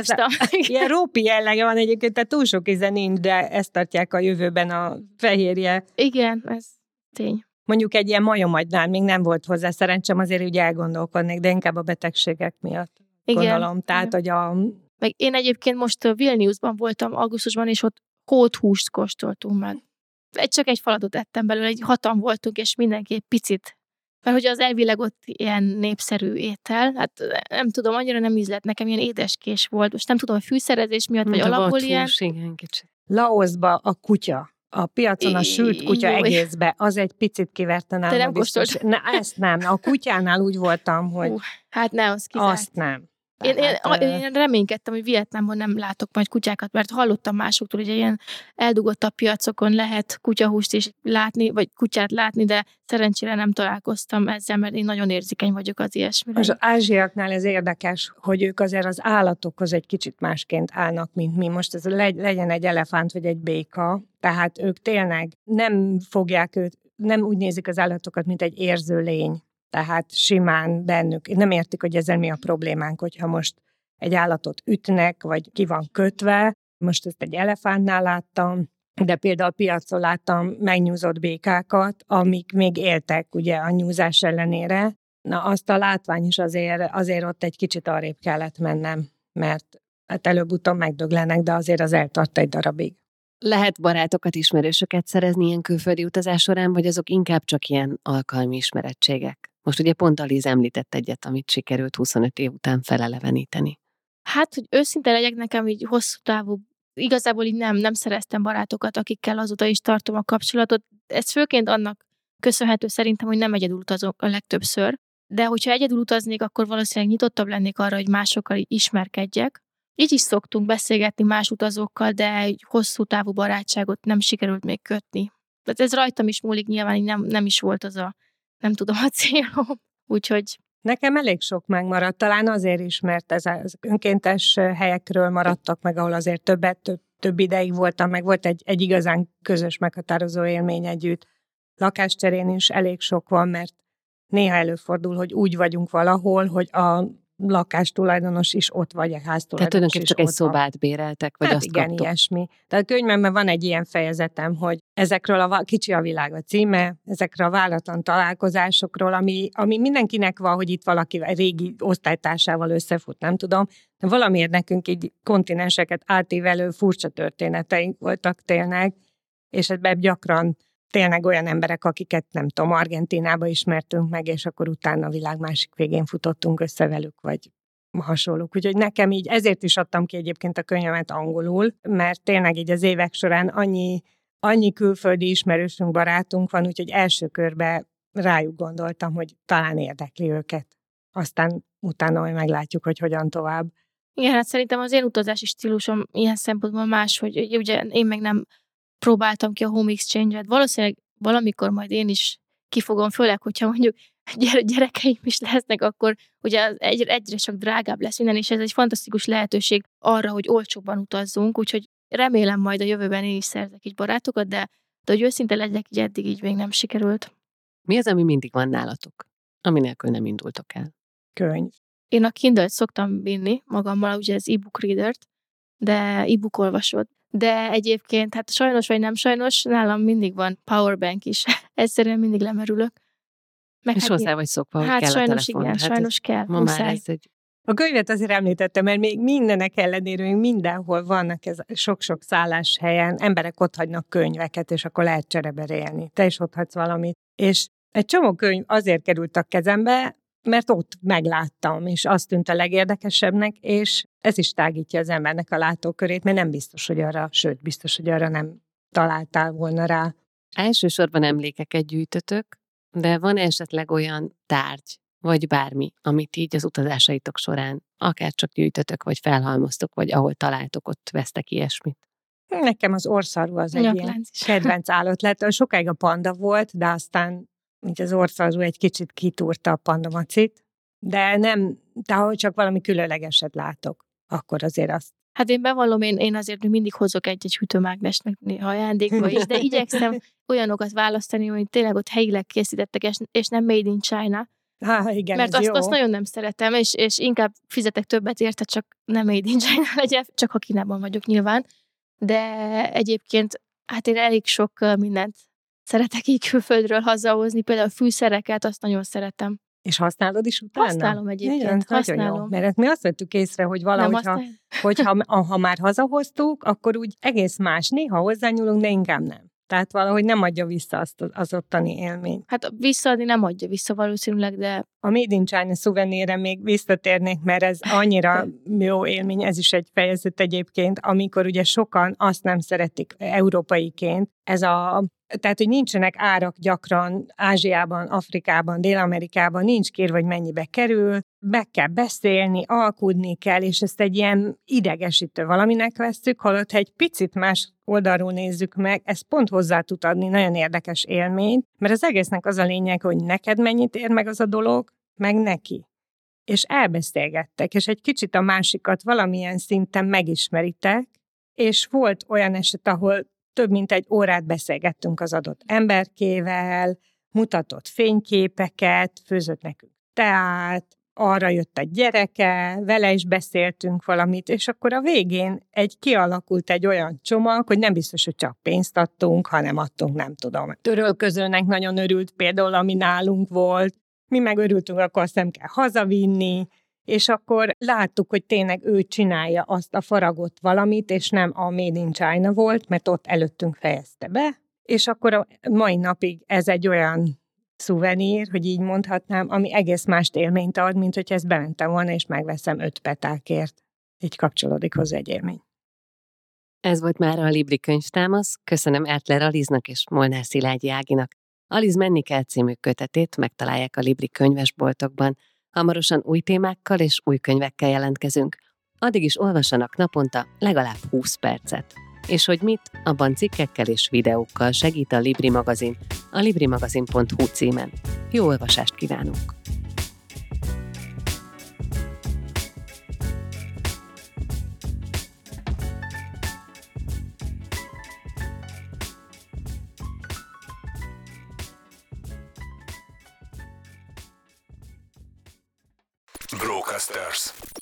ilyen rópi jellege van egyébként, tehát túl sok íze nincs, de ezt tartják a jövőben a fehérje. Igen, ez tény. Mondjuk egy ilyen majomagynál még nem volt hozzá szerencsém, azért úgy elgondolkodnék, de inkább a betegségek miatt gondolom. Tehát, hogy Meg én egyébként most Vilniusban voltam augusztusban, és ott hóthúst kóstoltunk meg. Csak egy falatot ettem belőle, egy hatan voltunk, és mindenki egy picit. Mert hogy az elvileg ott ilyen népszerű étel, hát nem tudom, annyira nem ízlett, nekem ilyen édeskés volt. Most nem tudom, hogy fűszerezés miatt, vagy alapból ilyen. Igen, kicsit. Laoszba a kutya A piacon a sült kutya Jó. egészbe, az egy picit kiverte nálam. Te nem biztos. Ezt nem. A kutyánál úgy voltam, hogy Hát ne, az kizárt. azt nem. Én reménykedtem, hogy Vietnámban nem látok majd kutyákat, mert hallottam másoktól, hogy ilyen eldugottabb piacokon lehet kutyahúst is látni, vagy kutyát látni, de szerencsére nem találkoztam ezzel, mert én nagyon érzékeny vagyok az ilyesmire. Az ázsiaknál ez érdekes, hogy ők azért az állatokhoz egy kicsit másként állnak, mint mi. Most ez legyen egy elefánt, vagy egy béka, tehát ők tényleg nem fogják őt, nem úgy nézik az állatokat, mint egy érző lény. Tehát simán bennük. Nem értik, hogy ezzel mi a problémánk, hogyha most egy állatot ütnek, vagy ki van kötve. Most ezt egy elefántnál láttam, de például piacon láttam megnyúzott békákat, amik még éltek ugye a nyúzás ellenére. Na azt a látvány is azért ott egy kicsit arrébb kellett mennem, mert hát előbb-utóbb megdöglenek, de azért az eltart egy darabig. Lehet barátokat, ismerősöket szerezni ilyen külföldi utazás során, vagy azok inkább csak ilyen alkalmi ismerettségek? Most ugye pont Aliz említett egyet, amit sikerült 25 év után feleleveníteni. Hát, hogy őszinte legyek, nekem így hosszú távú, igazából így nem szereztem barátokat, akikkel azóta is tartom a kapcsolatot. Ez főként annak köszönhető szerintem, hogy nem egyedül utazok a legtöbbször, de hogyha egyedül utaznék, akkor valószínűleg nyitottabb lennék arra, hogy másokkal ismerkedjek. Így is szoktunk beszélgetni más utazókkal, de egy hosszú távú barátságot nem sikerült még kötni. Tehát ez rajtam is múlik, nyilván nem is volt az nem tudom a célom. Úgyhogy... Nekem elég sok megmaradt, talán azért is, mert az önkéntes helyekről maradtak meg, ahol azért több ideig voltam, meg volt egy igazán közös meghatározó élmény együtt. Lakásterén is elég sok van, mert néha előfordul, hogy úgy vagyunk valahol, hogy a lakástulajdonos is ott vagy, a háztulajdonos is. Tehát tulajdonképpen csak egy szobát béreltek, vagy hát azt igen, kaptok? Ilyesmi. Tehát a könyvemben van egy ilyen fejezetem, hogy ezekről Kicsi a világ a címe, ezekről a váratlan találkozásokról, ami mindenkinek van, hogy itt valaki régi osztálytársával összefut, nem tudom, de valamiért nekünk így kontinenseket átívelő furcsa történeteink voltak tényleg, és ebben gyakran tényleg olyan emberek, akiket nem tudom, Argentínába ismertünk meg, és akkor utána a világ másik végén futottunk össze velük, vagy hasonlók. Úgyhogy nekem így ezért is adtam ki egyébként a könyvemet angolul, mert tényleg így az évek során annyi külföldi ismerősünk, barátunk van, úgyhogy első körben rájuk gondoltam, hogy talán érdekli őket. Aztán utána majd meglátjuk, hogy hogyan tovább. Igen, hát szerintem az én utazási stílusom ilyen szempontból más, hogy ugye én meg nem próbáltam ki a home exchange-et. Valószínűleg valamikor majd én is kifogom, főleg, hogyha mondjuk gyerekeim is lesznek, akkor ugye egyre csak drágább lesz minden, és ez egy fantasztikus lehetőség arra, hogy olcsóbban utazzunk, úgyhogy remélem majd a jövőben én is szerzek így barátokat, de hogy őszinte legyek, így eddig így még nem sikerült. Mi az, ami mindig van nálatok, ami nélkül nem indultok el? Könyv. Én a Kindle-t szoktam vinni magammal, ugye ez e-book readert, de e-book olvasót. De egyébként, hát sajnos vagy nem sajnos, nálam mindig van powerbank is. Egyszerűen mindig lemerülök. Meg és hozzá vagy szokva, hogy hát kell sajnos a telefon. igen, sajnos kell. Ma már ez egy... A könyvet azért említettem, mert még mindenek ellenére, még mindenhol vannak ez sok-sok szálláshelyen, emberek otthagynak könyveket, és akkor lehet csereberélni. Te is otthagysz valamit. És egy csomó könyv azért került a kezembe, mert ott megláttam, és azt tűnt a legérdekesebbnek, és ez is tágítja az embernek a látókörét, mert nem biztos, hogy arra, sőt, biztos, hogy arra nem találtál volna rá. Elsősorban emlékeket gyűjtötök, de van esetleg olyan tárgy, vagy bármi, amit így az utazásaitok során akár csak gyűjtötök, vagy felhalmoztok, vagy ahol találtok, ott vesztek ilyesmit? Nekem az orrszarvú az egy ilyen kedvenc állat lett. Sokáig a panda volt, de aztán mint az orrszarvú egy kicsit kitúrta a pandamacit, de nem, de csak valami különlegeset látok, akkor azért azt. Hát én bevallom, én azért még mindig hozok egy hűtőmágnest, meg néha ajándékba is, de igyekszem olyanokat választani, hogy tényleg ott helyileg készítettek, és nem made in China. Igen, mert azt nagyon nem szeretem, és inkább fizetek többet érte, csak nem made in China legyen, csak ha Kínában vagyok nyilván. De egyébként hát én elég sok mindent szeretek így külföldről hazahozni, például a fűszereket, azt nagyon szeretem. És használod is utána? Használom egyébként, igen, használom. Jó, mert mi azt vettük észre, hogy valahogy, ha már hazahoztuk, akkor úgy egész más. Néha hozzányúlunk, de inkább nem. Tehát valahogy nem adja vissza azt az ottani élményt. Hát visszaadni nem adja vissza valószínűleg, de... A Made in China szuvenírre még visszatérnék, mert ez annyira jó élmény, ez is egy fejezet egyébként, amikor ugye sokan azt nem szeretik európaiként, tehát, hogy nincsenek árak gyakran Ázsiában, Afrikában, Dél-Amerikában, nincs kérve, hogy mennyibe kerül, be kell beszélni, alkudni kell, és ezt egy ilyen idegesítő valaminek vesszük, holott ha egy picit más oldalról nézzük meg, ez pont hozzá tud adni nagyon érdekes élményt, mert az egésznek az a lényeg, hogy neked mennyit ér meg az a dolog, meg neki. És elbeszélgettek, és egy kicsit a másikat valamilyen szinten megismeritek, és volt olyan eset, ahol több mint egy órát beszélgettünk az adott emberkével, mutatott fényképeket, főzött nekünk teát, arra jött a gyereke, vele is beszéltünk valamit, és akkor a végén kialakult egy olyan csomag, hogy nem biztos, hogy csak pénzt adtunk, hanem adtunk, nem tudom. Törölközőnek nagyon örült például, ami nálunk volt, mi meg örültünk, akkor azt nem kell hazavinni, és akkor láttuk, hogy tényleg ő csinálja azt a faragott valamit, és nem a Made in China volt, mert ott előttünk fejezte be, és akkor a mai napig ez egy olyan szuvenír, hogy így mondhatnám, ami egész mást élményt ad, mint hogy ezt bementem volna, és megveszem 5 petákért. Így kapcsolódik hozzá egy élmény. Ez volt már a Libri Könyvtámasz. Köszönöm Ertler Aliznak és Molnár Szilágyi Áginak. Aliz Menni kell című kötetét megtalálják a Libri könyvesboltokban. Hamarosan új témákkal és új könyvekkel jelentkezünk. Addig is olvassanak naponta legalább 20 percet. És hogy mit, abban cikkekkel és videókkal segít a Libri magazin, a librimagazin.hu címen. Jó olvasást kívánunk! Brocasters.